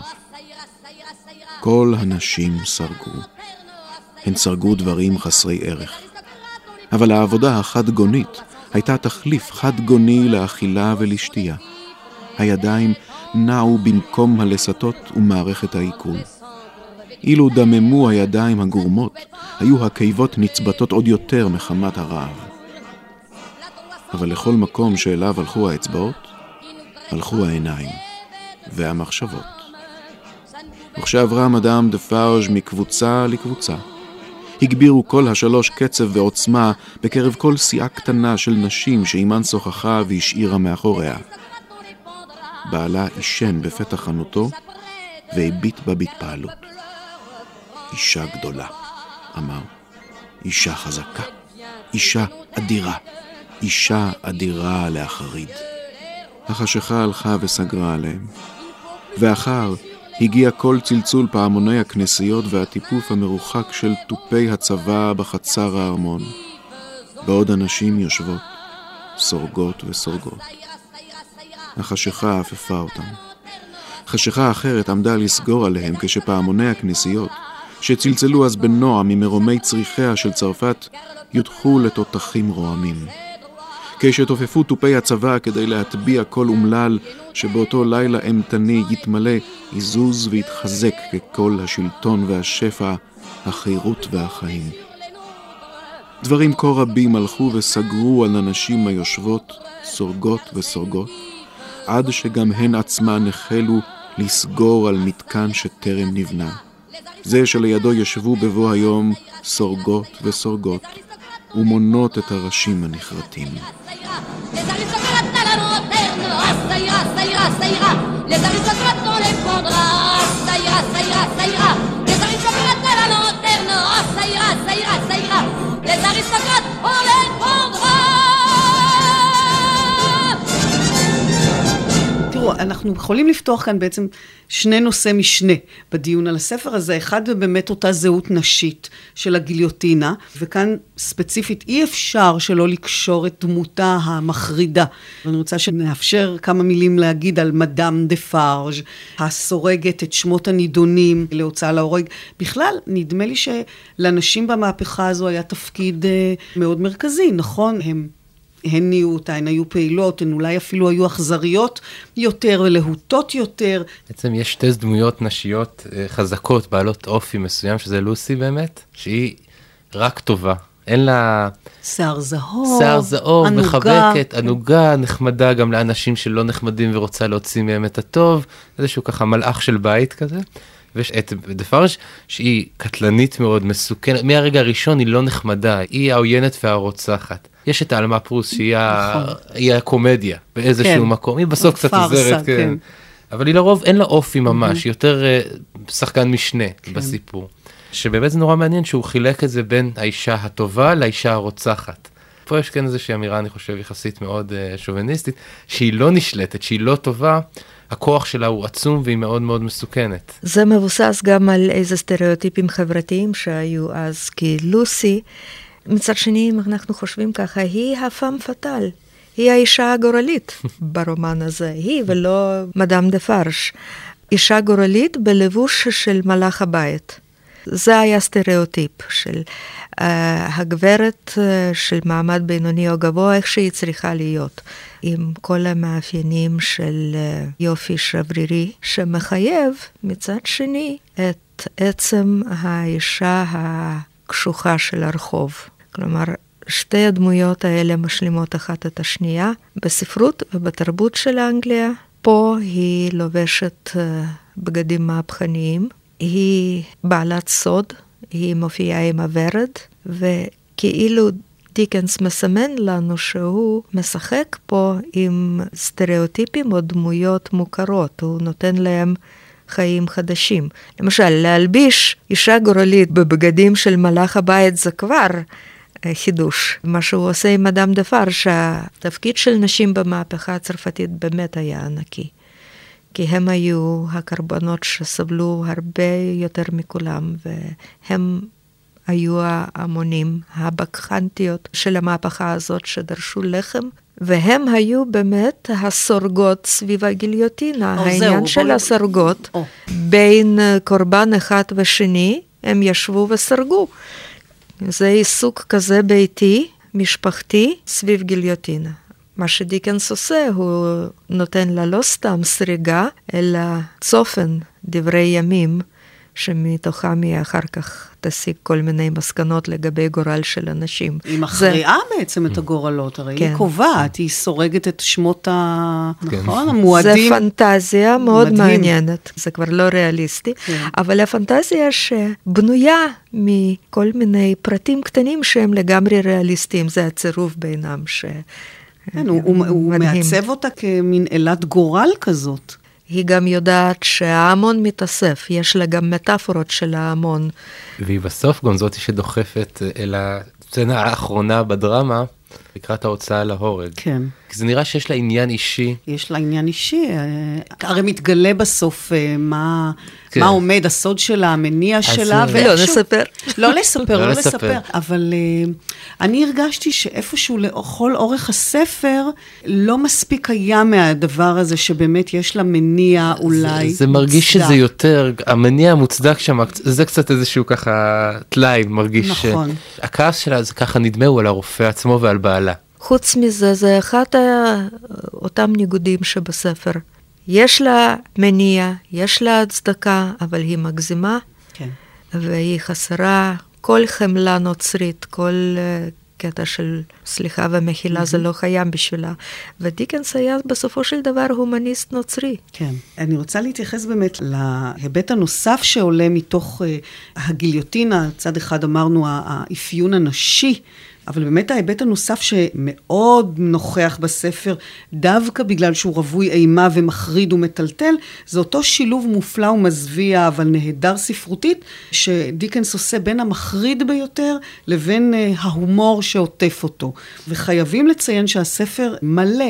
S4: כל הנשים סרגו. הן סרגו דברים חסרי ערך. אבל העבודה החד-גונית הייתה תחליף חד-גוני לאכילה ולשתייה. הידיים נעו במקום הלסתות ומערכת העיכול. אילו דממו הידיים הגורמות, היו הקיבות נצבטות עוד יותר מחמת הרעב. אבל לכל מקום שאליו הלכו האצבעות, הלכו העיניים והמחשבות. וכשעברה מדאם דה פארג' מקבוצה לקבוצה, הגבירו כל השלוש קצב ועוצמה בקרב כל סיעה קטנה של נשים שאימן שוחחה והשאירה מאחוריה. בעלה אישן בפתח חנותו והביט בה בהתפעלות. אישה גדולה, אמר. אישה חזקה, אישה אדירה, אישה אדירה לאחריד. החשיכה הלכה וסגרה עליהם. ואחר הגיע כל צלצול פעמוני הכנסיות והטיפוף המרוחק של טופי הצבא בחצר הארמון. בעוד אנשים יושבות, סורגות וסורגות. החשיכה אפפה אותם. חשיכה אחרת עמדה לסגור עליהם כשפעמוני הכנסיות, שצלצלו אז בנועם ממרומי צריכיה של צרפת, יודחו לתותחים רועמים. כשתופפו טופי הצבא כדי להטביע כל אומלל שבאותו לילה אמתני יתמלא, יזוז ויתחזק ככל השלטון והשפע, החירות והחיים. דברים כה רבים הלכו וסגרו על הנשים היושבות, סורגות וסורגות, עד שגם הן עצמן החלו לסגור על מתקן שטרם נבנה. זה שלידו ישבו בבוא היום סורגות וסורגות, ומונות את הראשים הנחרטים.
S5: תראו, אנחנו יכולים לפתוח כאן בעצם שני נושאי משנה בדיון על הספר הזה. אחד באמת אותה זהות נשית של הגיליוטינה, וכאן ספציפית אי אפשר שלא לקשור את דמותה המחרידה. ואני רוצה שנאפשר כמה מילים להגיד על מדאם דה פארג', הסורגת את שמות הנידונים להוצאה להורג. בכלל, נדמה לי שלאנשים במהפכה הזו היה תפקיד מאוד מרכזי, נכון? הם הן נהיו אותה, הן היו פעילות, הן אולי אפילו היו אכזריות יותר ולהוטות יותר.
S7: בעצם יש שתי דמויות נשיות חזקות, בעלות אופי מסוים, שזה לוסי באמת, שהיא רק טובה. אין לה...
S5: שיער זהור,
S7: שיער זהור,
S5: ענוגה.
S7: מחבקת, ענוגה, נחמדה גם לאנשים שלא נחמדים ורוצה להוציא מהם את הטוב, איזשהו ככה מלאך של בית כזה. ויש את דפרש שהיא קטלנית מאוד, מסוכנת, מהרגע הראשון היא לא נחמדה, היא העוינת והרוצחת. יש את האלמה פרוס שהיא נכון. הקומדיה באיזשהו כן. מקום, היא בסוף קצת עוזרת, כן. כן. אבל היא לרוב אין לה אופי ממש, mm-hmm. יותר uh, שחקן משנה כן. בסיפור. שבאמת זה נורא מעניין שהוא חילק את זה בין האישה הטובה לאישה הרוצחת. פה יש כן איזושהי אמירה, אני חושב, יחסית מאוד uh, שוביניסטית, שהיא לא נשלטת, שהיא לא טובה, הכוח שלה הוא עצום והיא מאוד מאוד מסוכנת.
S6: זה מבוסס גם על איזה סטריאוטיפים חברתיים שהיו אז, כי לוסי, מצד שני, אם אנחנו חושבים ככה, היא הפאם פטל, היא האישה הגורלית ברומן הזה, היא ולא מדאם דה פרש. אישה גורלית בלבוש של מלאך הבית. זה היה סטריאוטיפ של uh, הגברת uh, של מעמד בינוני או גבוה, איך שהיא צריכה להיות, עם כל המאפיינים של uh, יופי שברירי, שמחייב מצד שני את עצם האישה הקשוחה של הרחוב. כלומר, שתי הדמויות האלה משלימות אחת את השנייה. בספרות ובתרבות של אנגליה, פה היא לובשת uh, בגדים מהפכניים, היא בעלת סוד, היא מופיעה עם הוורד, וכאילו דיקנס מסמן לנו שהוא משחק פה עם סטריאוטיפים או דמויות מוכרות, הוא נותן להם חיים חדשים. למשל, להלביש אישה גורלית בבגדים של מלאך הבית זה כבר חידוש. מה שהוא עושה עם מדאם דה פרש, שהתפקיד של נשים במהפכה הצרפתית באמת היה ענקי. כי הם היו הקרבנות שסבלו הרבה יותר מכולם, והם היו ההמונים, הבקחנטיות של המהפכה הזאת שדרשו לחם, והם היו באמת הסורגות סביב הגיליוטינה.
S5: או,
S6: העניין
S5: זהו,
S6: של
S5: בוא...
S6: הסורגות,
S5: או.
S6: בין קורבן אחד ושני, הם ישבו וסרגו. זה עיסוק כזה ביתי, משפחתי, סביב גיליוטינה. מה שדיקנס עושה, הוא נותן לה לא סתם סריגה, אלא צופן, דברי ימים, שמתוכם היא אחר כך תשיג כל מיני מסקנות לגבי גורל של אנשים.
S5: היא מכריעה זה... בעצם את הגורלות, הרי כן. היא קובעת, היא סורגת את שמות ה... כן. נכון, המועדים.
S6: זה פנטזיה מאוד מדהים. מעניינת, זה כבר לא ריאליסטי, כן. אבל הפנטזיה שבנויה מכל מיני פרטים קטנים שהם לגמרי ריאליסטיים, זה הצירוף בינם ש...
S5: כן, הוא, הוא מעצב אותה כמין אלת גורל כזאת.
S6: היא גם יודעת שההמון מתאסף, יש לה גם מטאפורות של ההמון.
S7: והיא בסוף גם זאתי שדוחפת אל הסצנה האחרונה בדרמה, לקראת ההוצאה להורג.
S5: כן.
S7: כי זה נראה שיש לה עניין אישי.
S5: יש לה עניין אישי, הרי מתגלה בסוף מה, כן. מה עומד, הסוד שלה, המניע שלה.
S6: לא נספר.
S5: לא לספר, לא לספר. אבל אני הרגשתי שאיפשהו לכל אורך הספר, לא מספיק היה מהדבר הזה, שבאמת יש לה מניע אולי
S7: זה, זה מרגיש שזה יותר, המניע המוצדק שם, זה קצת איזשהו ככה תלאי, מרגיש.
S5: נכון.
S7: הכעס שלה זה ככה נדמה הוא על הרופא עצמו ועל בעלה.
S6: חוץ מזה, זה אחד אותם ניגודים שבספר. יש לה מניע, יש לה הצדקה, אבל היא מגזימה,
S5: כן.
S6: והיא חסרה כל חמלה נוצרית, כל קטע של סליחה ומחילה, mm-hmm. זה לא קיים בשבילה. ודיקנס היה בסופו של דבר הומניסט נוצרי.
S5: כן. אני רוצה להתייחס באמת להיבט הנוסף שעולה מתוך uh, הגיליוטינה, צד אחד אמרנו האפיון הנשי, אבל באמת ההיבט הנוסף שמאוד נוכח בספר, דווקא בגלל שהוא רווי אימה ומחריד ומטלטל, זה אותו שילוב מופלא ומזוויע, אבל נהדר ספרותית, שדיקנס עושה בין המחריד ביותר, לבין ההומור שעוטף אותו. וחייבים לציין שהספר מלא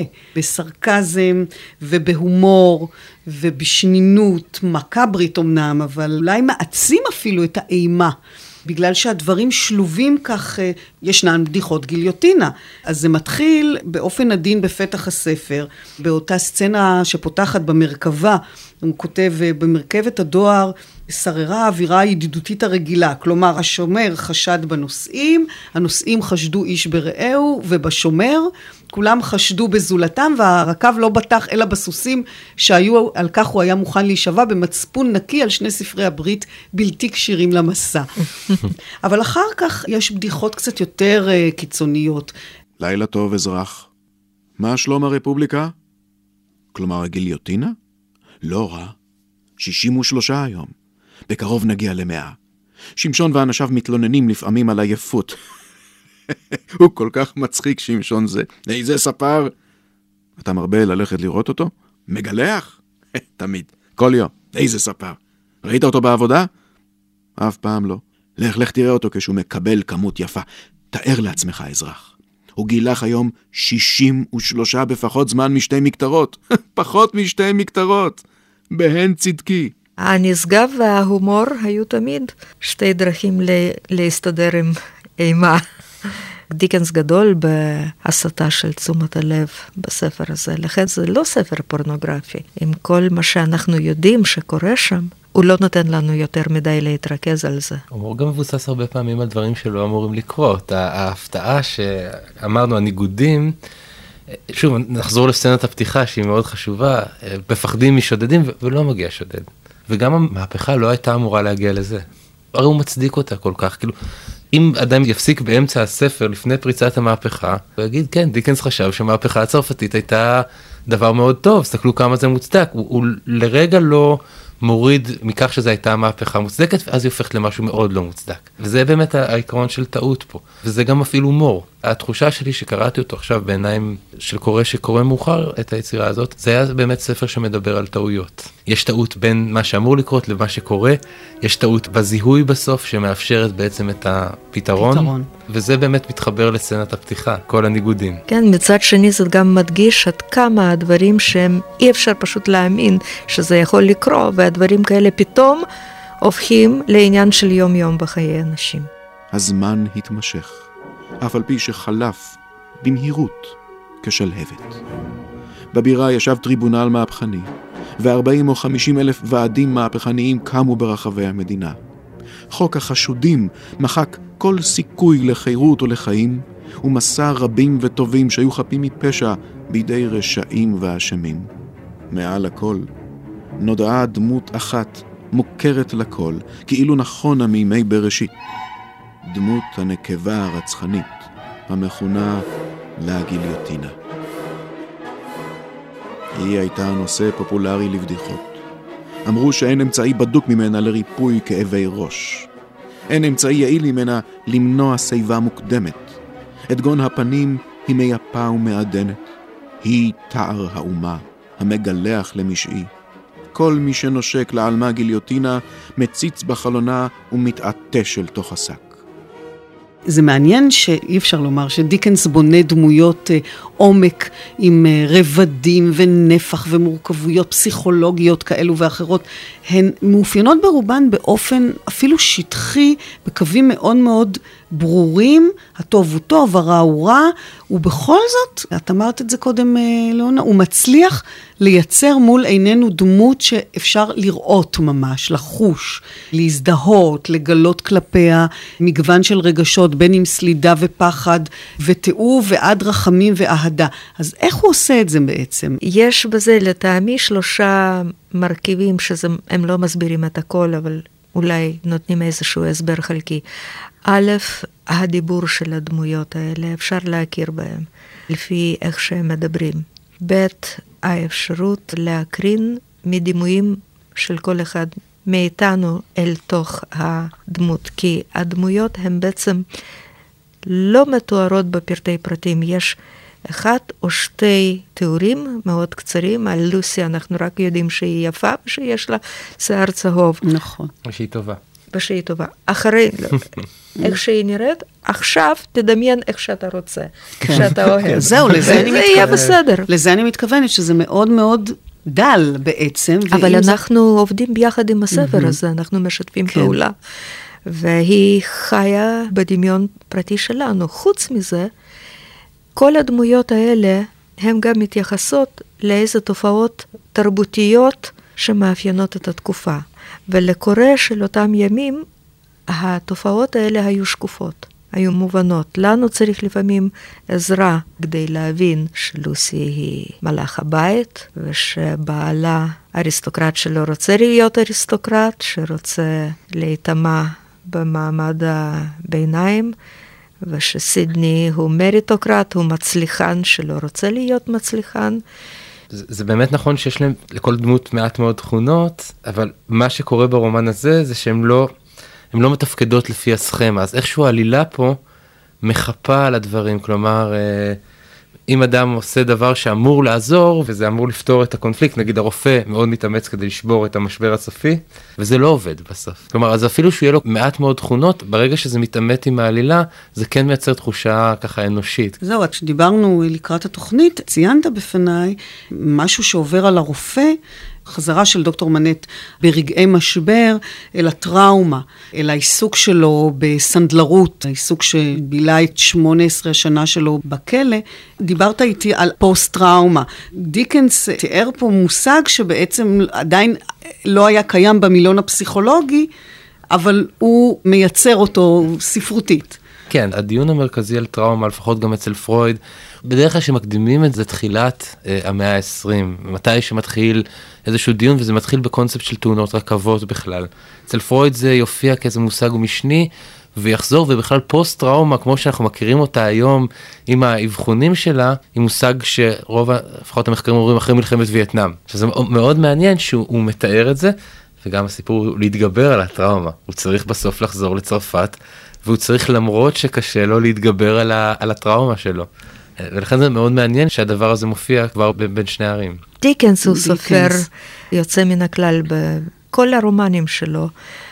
S5: בסרקזם ובהומור ובשנינות, מקברית אמנם, אבל אולי מעצים אפילו את האימה. בגלל שהדברים שלובים כך, ישנן בדיחות גיליוטינה. אז זה מתחיל באופן עדין בפתח הספר, באותה סצנה שפותחת במרכבה, הוא כותב, במרכבת הדואר שררה האווירה הידידותית הרגילה, כלומר השומר חשד בנוסעים, הנוסעים חשדו איש ברעהו, ובשומר כולם חשדו בזולתם, והרכב לא בטח אלא בסוסים שהיו, על כך הוא היה מוכן להישבע במצפון נקי על שני ספרי הברית בלתי קשירים למסע. אבל אחר כך יש בדיחות קצת יותר uh, קיצוניות.
S4: לילה טוב אזרח. מה שלום הרפובליקה? כלומר הגיליוטינה? לא רע. שישים ושלושה היום. בקרוב נגיע למאה. שמשון ואנשיו מתלוננים לפעמים על עייפות. הוא כל כך מצחיק שמשון זה. איזה ספר? אתה מרבה ללכת לראות אותו? מגלח? תמיד. כל יום. איזה ספר. ראית אותו בעבודה? אף פעם לא. לך, לך תראה אותו כשהוא מקבל כמות יפה. תאר לעצמך אזרח. הוא גילח היום שישים ושלושה בפחות זמן משתי מקטרות. פחות משתי מקטרות. בהן צדקי.
S6: הנשגב וההומור היו תמיד שתי דרכים להסתדר עם אימה. דיקנס גדול בהסתה של תשומת הלב בספר הזה, לכן זה לא ספר פורנוגרפי. עם כל מה שאנחנו יודעים שקורה שם, הוא לא נותן לנו יותר מדי להתרכז על זה.
S7: הוא גם מבוסס הרבה פעמים על דברים שלא אמורים לקרות. ההפתעה שאמרנו, הניגודים, שוב, נחזור לסצנת הפתיחה שהיא מאוד חשובה, מפחדים משודדים ולא מגיע שודד. וגם המהפכה לא הייתה אמורה להגיע לזה. הרי הוא מצדיק אותה כל כך, כאילו, אם אדם יפסיק באמצע הספר לפני פריצת המהפכה, הוא יגיד, כן, דיקנס חשב שהמהפכה הצרפתית הייתה דבר מאוד טוב, סתכלו כמה זה מוצדק, הוא, הוא לרגע לא מוריד מכך שזו הייתה מהפכה מוצדקת, ואז היא הופכת למשהו מאוד לא מוצדק. וזה באמת העיקרון של טעות פה, וזה גם אפילו הומור. התחושה שלי שקראתי אותו עכשיו בעיניים של קורא שקורא מאוחר את היצירה הזאת, זה היה באמת ספר שמדבר על טעויות. יש טעות בין מה שאמור לקרות למה שקורה, יש טעות בזיהוי בסוף שמאפשרת בעצם את הפתרון, פתרון. וזה באמת מתחבר לסצנת הפתיחה, כל הניגודים.
S6: כן, מצד שני זה גם מדגיש עד כמה הדברים שהם אי אפשר פשוט להאמין שזה יכול לקרות, והדברים כאלה פתאום הופכים לעניין של יום יום בחיי אנשים.
S4: הזמן התמשך. אף על פי שחלף במהירות כשלהבת. בבירה ישב טריבונל מהפכני, ו-ארבעים או חמישים אלף ועדים מהפכניים קמו ברחבי המדינה. חוק החשודים מחק כל סיכוי לחירות או לחיים, ומסע רבים וטובים שהיו חפים מפשע בידי רשעים ואשמים. מעל הכל, נודעה דמות אחת מוכרת לכל, כאילו נכונה מימי בראשית. דמות הנקבה הרצחנית, המכונה לגיליוטינה. היא הייתה נושא פופולרי לבדיחות. אמרו שאין אמצעי בדוק ממנה לריפוי כאבי ראש. אין אמצעי יעיל ממנה למנוע שיבה מוקדמת. את גון הפנים היא מייפה ומעדנת. היא תער האומה, המגלח למשעי. כל מי שנושק לעלמה גיליוטינה מציץ בחלונה ומתעטש אל תוך השק.
S5: זה מעניין שאי אפשר לומר שדיקנס בונה דמויות עומק עם רבדים ונפח ומורכבויות פסיכולוגיות כאלו ואחרות. הן מאופיינות ברובן באופן אפילו שטחי, בקווים מאוד מאוד ברורים, הטוב הוא טוב, הרע הוא רע, ובכל זאת, את אמרת את זה קודם, לאונה, הוא מצליח לייצר מול עינינו דמות שאפשר לראות ממש, לחוש, להזדהות, לגלות כלפיה, מגוון של רגשות, בין עם סלידה ופחד, ותיאוב ועד רחמים ואהדה. אז איך הוא עושה את זה בעצם?
S6: יש בזה לטעמי שלושה מרכיבים שהם לא מסבירים את הכל, אבל אולי נותנים איזשהו הסבר חלקי. א', הדיבור של הדמויות האלה, אפשר להכיר בהם, לפי איך שהם מדברים. ב', האפשרות להקרין מדימויים של כל אחד מאיתנו אל תוך הדמות, כי הדמויות הן בעצם לא מתוארות בפרטי פרטים. יש אחד או שתי תיאורים מאוד קצרים. על לוסי אנחנו רק יודעים שהיא יפה ושיש לה שיער צהוב.
S5: נכון.
S7: ושהיא טובה.
S6: ושהיא טובה. אחרי, איך שהיא נראית, עכשיו תדמיין איך שאתה רוצה, איך שאתה אוהב.
S5: זהו, לזה אני מתכוונת.
S6: זה יהיה בסדר.
S5: לזה אני מתכוונת שזה מאוד מאוד דל בעצם.
S6: אבל אנחנו עובדים ביחד עם הספר הזה, אנחנו משתפים פעולה. והיא חיה בדמיון פרטי שלנו. חוץ מזה, כל הדמויות האלה, הן גם מתייחסות לאיזה תופעות תרבותיות שמאפיינות את התקופה. ולקורא של אותם ימים, התופעות האלה היו שקופות, היו מובנות. לנו צריך לפעמים עזרה כדי להבין שלוסי היא מלאך הבית, ושבעלה אריסטוקרט שלא רוצה להיות אריסטוקרט, שרוצה להתאמה במעמד הביניים, ושסידני הוא מריטוקרט, הוא מצליחן שלא רוצה להיות מצליחן.
S7: זה, זה באמת נכון שיש להם לכל דמות מעט מאוד תכונות, אבל מה שקורה ברומן הזה זה שהם לא, הם לא מתפקדות לפי הסכמה, אז איכשהו העלילה פה מחפה על הדברים, כלומר, אם אדם עושה דבר שאמור לעזור, וזה אמור לפתור את הקונפליקט, נגיד הרופא מאוד מתאמץ כדי לשבור את המשבר הסופי, וזה לא עובד בסוף. כלומר, אז אפילו שהוא יהיה לו מעט מאוד תכונות, ברגע שזה מתאמת עם העלילה, זה כן מייצר תחושה ככה אנושית.
S5: זהו, כשדיברנו לקראת התוכנית, ציינת בפניי משהו שעובר על הרופא, חזרה של דוקטור מנט ברגעי משבר אל הטראומה, אל העיסוק שלו בסנדלרות, העיסוק שבילה את שמונה עשרה השנה שלו בכלא. דיברת איתי על פוסט-טראומה. דיקנס תיאר פה מושג שבעצם עדיין לא היה קיים במילון הפסיכולוגי, אבל הוא מייצר אותו ספרותית.
S7: כן, הדיון המרכזי על טראומה, לפחות גם אצל פרויד, בדרך כלל שמקדימים את זה תחילת אה, המאה ה-עשרים, מתי שמתחיל איזשהו דיון, וזה מתחיל בקונספט של תאונות רכבות בכלל. אצל פרויד זה יופיע כאיזה מושג משני, ויחזור, ובכלל פוסט-טראומה, כמו שאנחנו מכירים אותה היום, עם האבחונים שלה, היא מושג שרוב, לפחות המחקרים אומרים, אחרי מלחמת וייטנאם. שזה מאוד מעניין שהוא מתאר את זה, וגם הסיפור הוא להתגבר על הטראומה. הוא צריך בסוף לחזור לצרפת, והוא צריך למרות שקשה לו להתגבר על, ה, על הטראומה שלו. ולכן זה מאוד מעניין שהדבר הזה מופיע כבר בין, בין שני ערים.
S6: דיקנס הוא סופר יוצא מן הכלל בכל הרומנים שלו.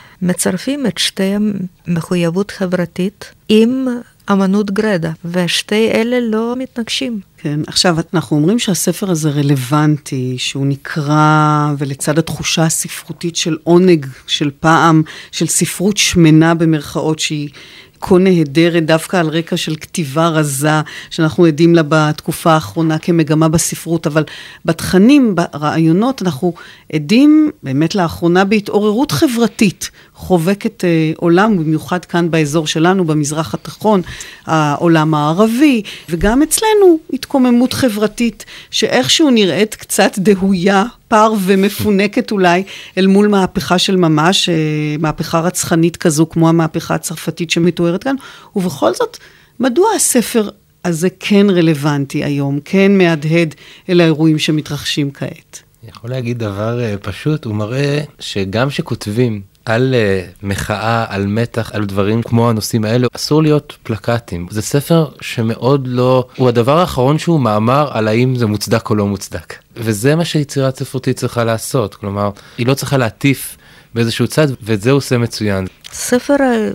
S6: מצרפים את שתי המחויבות חברתית עם אמנות גרדה, ושתי אלה לא מתנגשים.
S5: כן, עכשיו אנחנו אומרים שהספר הזה רלוונטי, שהוא נקרא, ולצד התחושה הספרותית של עונג, של פעם, של ספרות שמנה במרכאות, שהיא כה נהדרת דווקא על רקע של כתיבה רזה, שאנחנו עדים לה בתקופה האחרונה כמגמה בספרות, אבל בתכנים, ברעיונות, אנחנו עדים באמת לאחרונה בהתעוררות חברתית, חובקת אה, עולם, במיוחד כאן באזור שלנו, במזרח התיכון, העולם הערבי, וגם אצלנו התקוממות חברתית, שאיכשהו נראית קצת דהויה, פר ומפונקת אולי, אל מול מהפכה של ממש, מהפכה רצחנית כזו, כמו המהפכה הצרפתית שמתוארת כאן, ובכל זאת, מדוע הספר הזה כן רלוונטי היום, כן מהדהד אל האירועים שמתרחשים כעת?
S7: יכול להגיד דבר פשוט, הוא מראה שגם שכותבים על uh, מחאה, על מתח, על דברים כמו הנושאים האלה, אסור להיות פלקטים. זה ספר שמאוד לא, הוא הדבר האחרון שהוא מאמר על האם זה מוצדק או לא מוצדק. וזה מה שיצירה ספרותית צריכה לעשות. כלומר, היא לא צריכה להטיף באיזשהו צד, ואת זה הוא עושה מצוין.
S6: ספר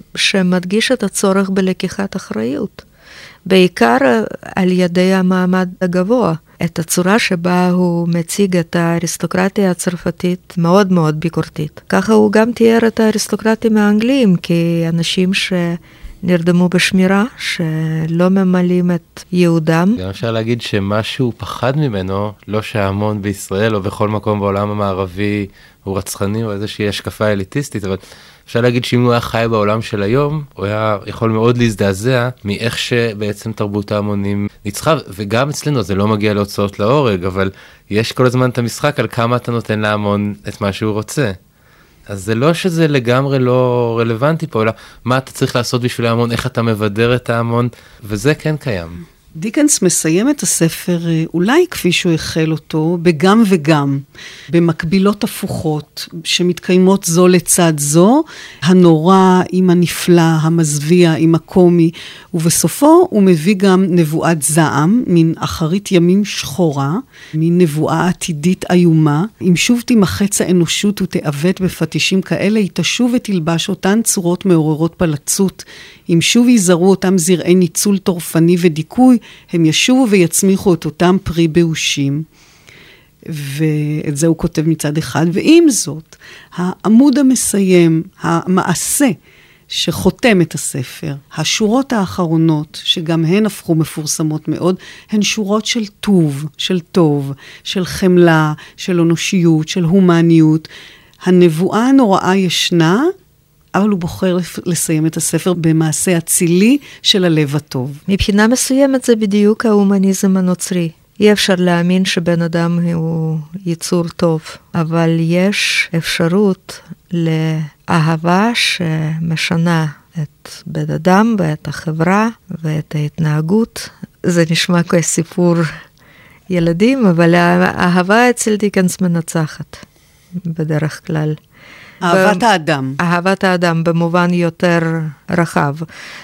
S6: שמדגיש את הצורך בלקיחת אחריות. בעיקר על ידי המעמד הגבוה. את הצורה שבה הוא מציג את האריסטוקרטיה הצרפתית מאוד מאוד ביקורתית. ככה הוא גם תיאר את האריסטוקרטים האנגליים כאנשים שנרדמו בשמירה, שלא ממלאים את יהודם.
S7: גם אפשר להגיד שמשהו פחד ממנו, לא שההמון בישראל או בכל מקום בעולם המערבי הוא רצחני או איזושהי השקפה אליטיסטית, אבל אפשר להגיד שאם הוא היה חי בעולם של היום, הוא היה יכול מאוד להזדעזע מאיך שבעצם תרבות ההמונים ניצחה, וגם אצלנו זה לא מגיע להוצאות להורג, אבל יש כל הזמן את המשחק על כמה אתה נותן להמון את מה שהוא רוצה. אז זה לא שזה לגמרי לא רלוונטי פה, אלא מה אתה צריך לעשות בשביל ההמון, איך אתה מבדר את ההמון, וזה כן קיים.
S5: דיקנס מסיים את הספר, אולי כפי שהוא החל אותו, בגם וגם, במקבילות הפוכות, שמתקיימות זו לצד זו, הנורא עם הנפלא, המזוויע עם הקומי, ובסופו הוא מביא גם נבואת זעם, מן אחרית ימים שחורה, מן נבואה עתידית איומה, אם שוב תימחץ האנושות ותעוות בפטישים כאלה, היא תשוב ותלבש אותן צורות מעוררות פלצות, אם שוב יזרו אותם זרעי ניצול תורפני ודיכוי, הם ישובו ויצמיחו את אותם פרי באושים. ואת זה הוא כותב מצד אחד. ועם זאת, העמוד המסיים, המעשה שחותם את הספר, השורות האחרונות, שגם הן הפכו מפורסמות מאוד, הן שורות של טוב, של טוב, של חמלה, של אנושיות, של הומניות. הנבואה הנוראה ישנה, אבל הוא בוחר לסיים את הספר במעשה הצילי של הלב הטוב.
S6: מבחינה מסוימת זה בדיוק ההומניזם הנוצרי. אי אפשר להאמין שבן אדם הוא יצור טוב, אבל יש אפשרות לאהבה שמשנה את בן אדם ואת החברה ואת ההתנהגות. זה נשמע כסיפור ילדים, אבל האהבה אצל דיקנס מנצחת בדרך כלל.
S5: אהבת האדם.
S6: אהבת האדם במובן יותר רחב.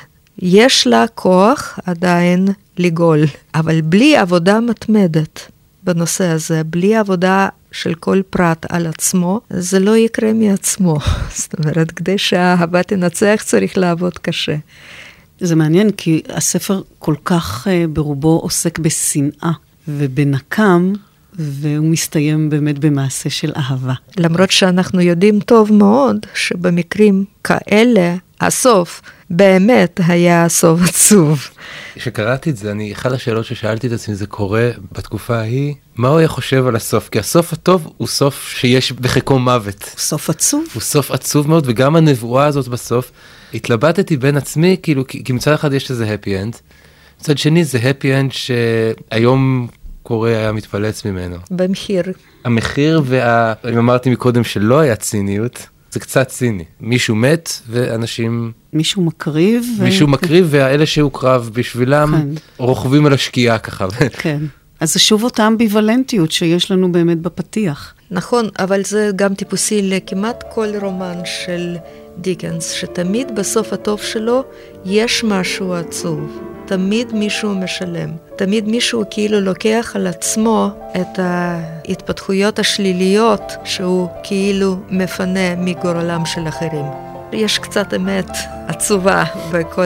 S6: יש לה כוח עדיין לגול, אבל בלי עבודה מתמדת בנושא הזה, בלי עבודה של כל פרט על עצמו, זה לא יקרה מעצמו. זאת אומרת, כדי שהאהבה תנצח צריך לעבוד קשה.
S5: זה מעניין, כי הספר כל כך ברובו עוסק בשנאה ובנקם, והוא מסתיים באמת במעשה של אהבה.
S6: למרות שאנחנו יודעים טוב מאוד שבמקרים כאלה, הסוף באמת היה סוף עצוב.
S7: כשקראתי את זה, אני, אחד השאלות ששאלתי את עצמי, זה קורה בתקופה ההיא, מה הוא היה חושב על הסוף? כי הסוף הטוב הוא סוף שיש בחיקו מוות.
S5: הוא סוף עצוב.
S7: הוא סוף עצוב מאוד, וגם הנבואה הזאת בסוף, התלבטתי בין עצמי, כאילו, כי, כי מצד אחד יש איזה happy end, מצד שני זה happy end שהיום קורא היה מתפלץ ממנו.
S6: במחיר.
S7: המחיר, וה... אם אמרתי מקודם שלא היה ציניות, זה קצת ציני. מישהו מת, ואנשים...
S5: מישהו מקריב.
S7: מישהו ו... מקריב, והאלה שהוא קרב בשבילם, כן. רוכבים על השקיעה ככה.
S5: כן. אז זה שוב אותה אמביוולנטיות שיש לנו באמת בפתיח.
S6: נכון, אבל זה גם טיפוסי לכמעט כל רומן של דיקנס, שתמיד בסוף הטוב שלו יש משהו עצוב. תמיד מישהו משלם. תמיד מישהו כאילו לוקח על עצמו את ההתפתחויות השליליות שהוא כאילו מפנה מגורלם של אחרים. יש קצת אמת עצובה בכל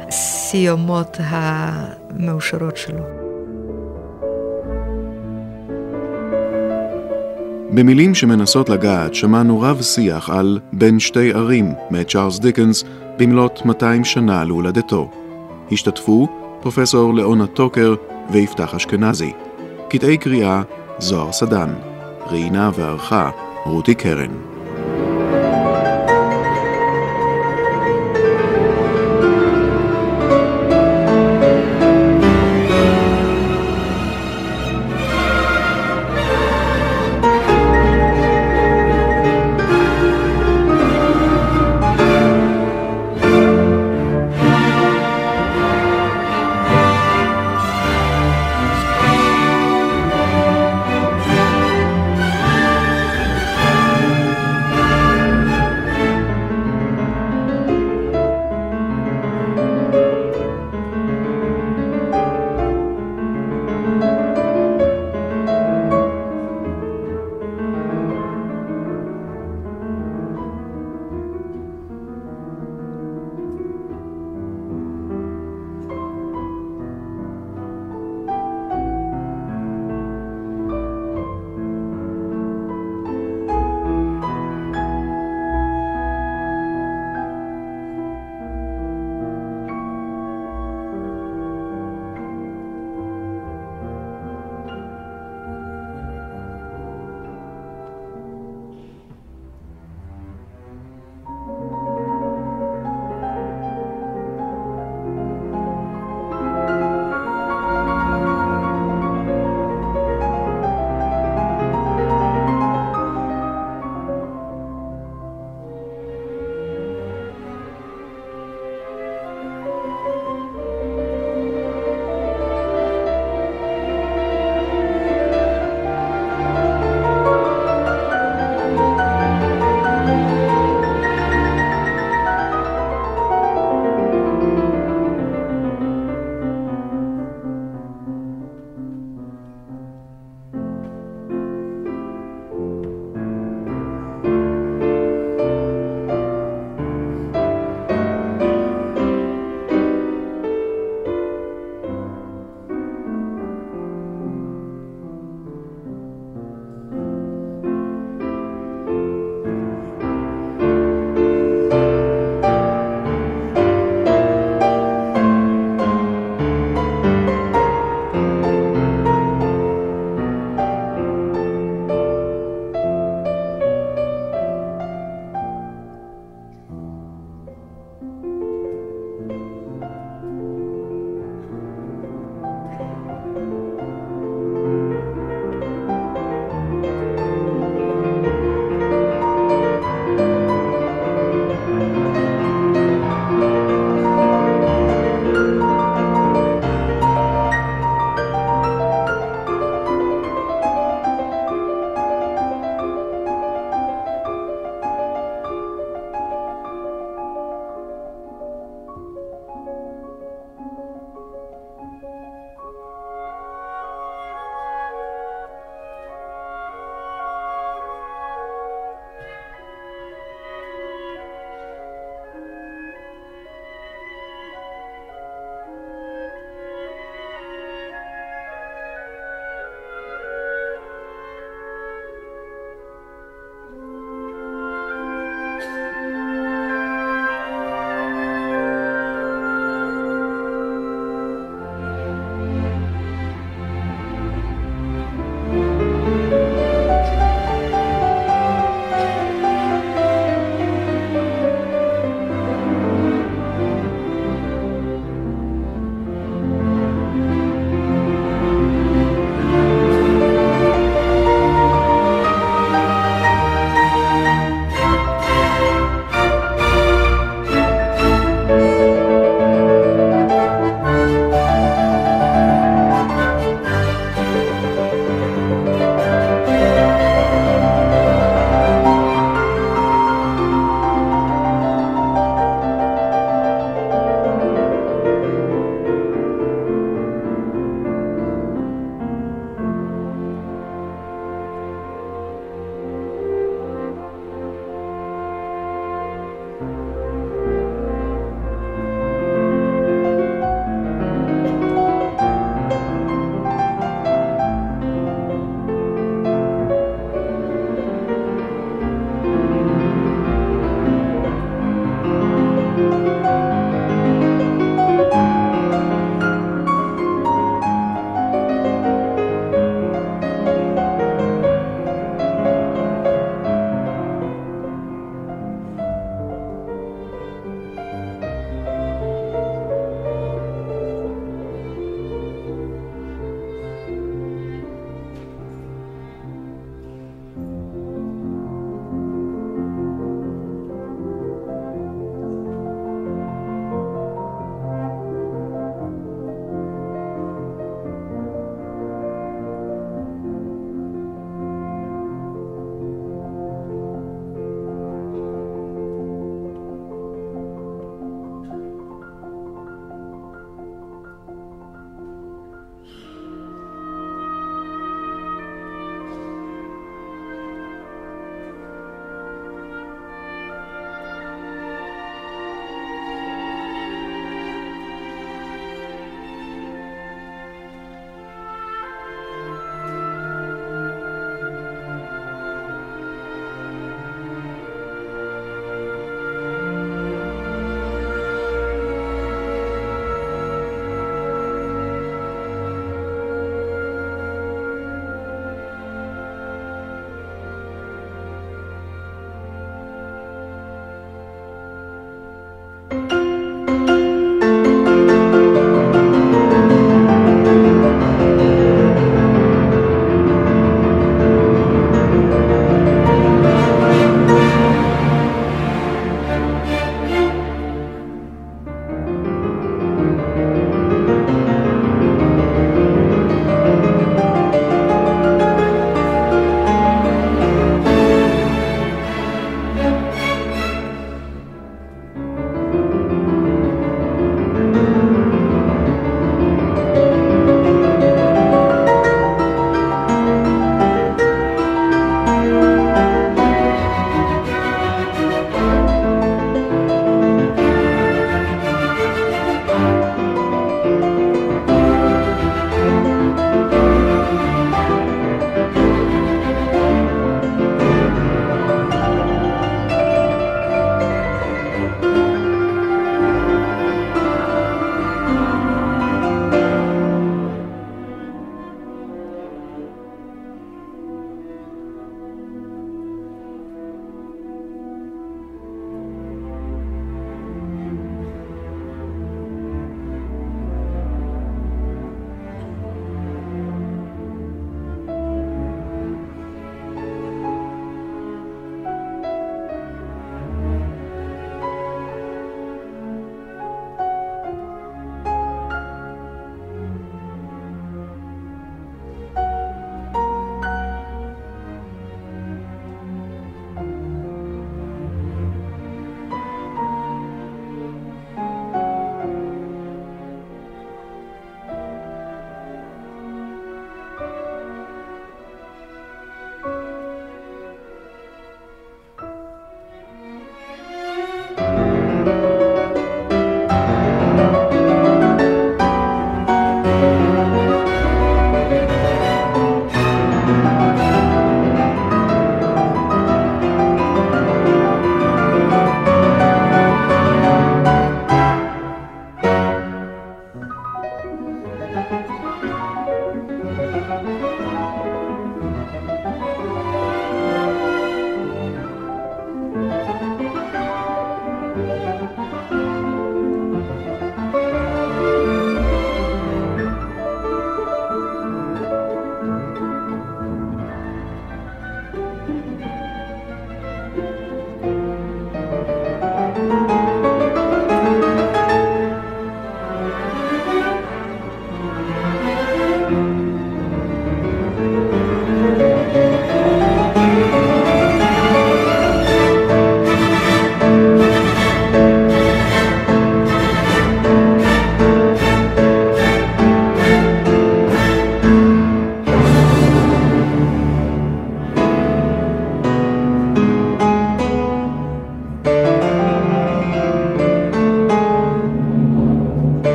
S6: הסיומות המאושרות שלו.
S4: במילים שמנסות לגעת שמענו רב שיח על בין שתי ערים מאת צ'ארלס דיקנס במלאת מאתיים שנה להולדתו. השתתפו פרופסור לאונה טוקר ויפתח אשכנזי. קטעי קריאה זוהר סדן. ראינה וערכה רותי קרן.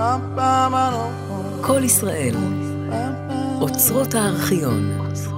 S2: כל ישראל, אוצרות הארכיון.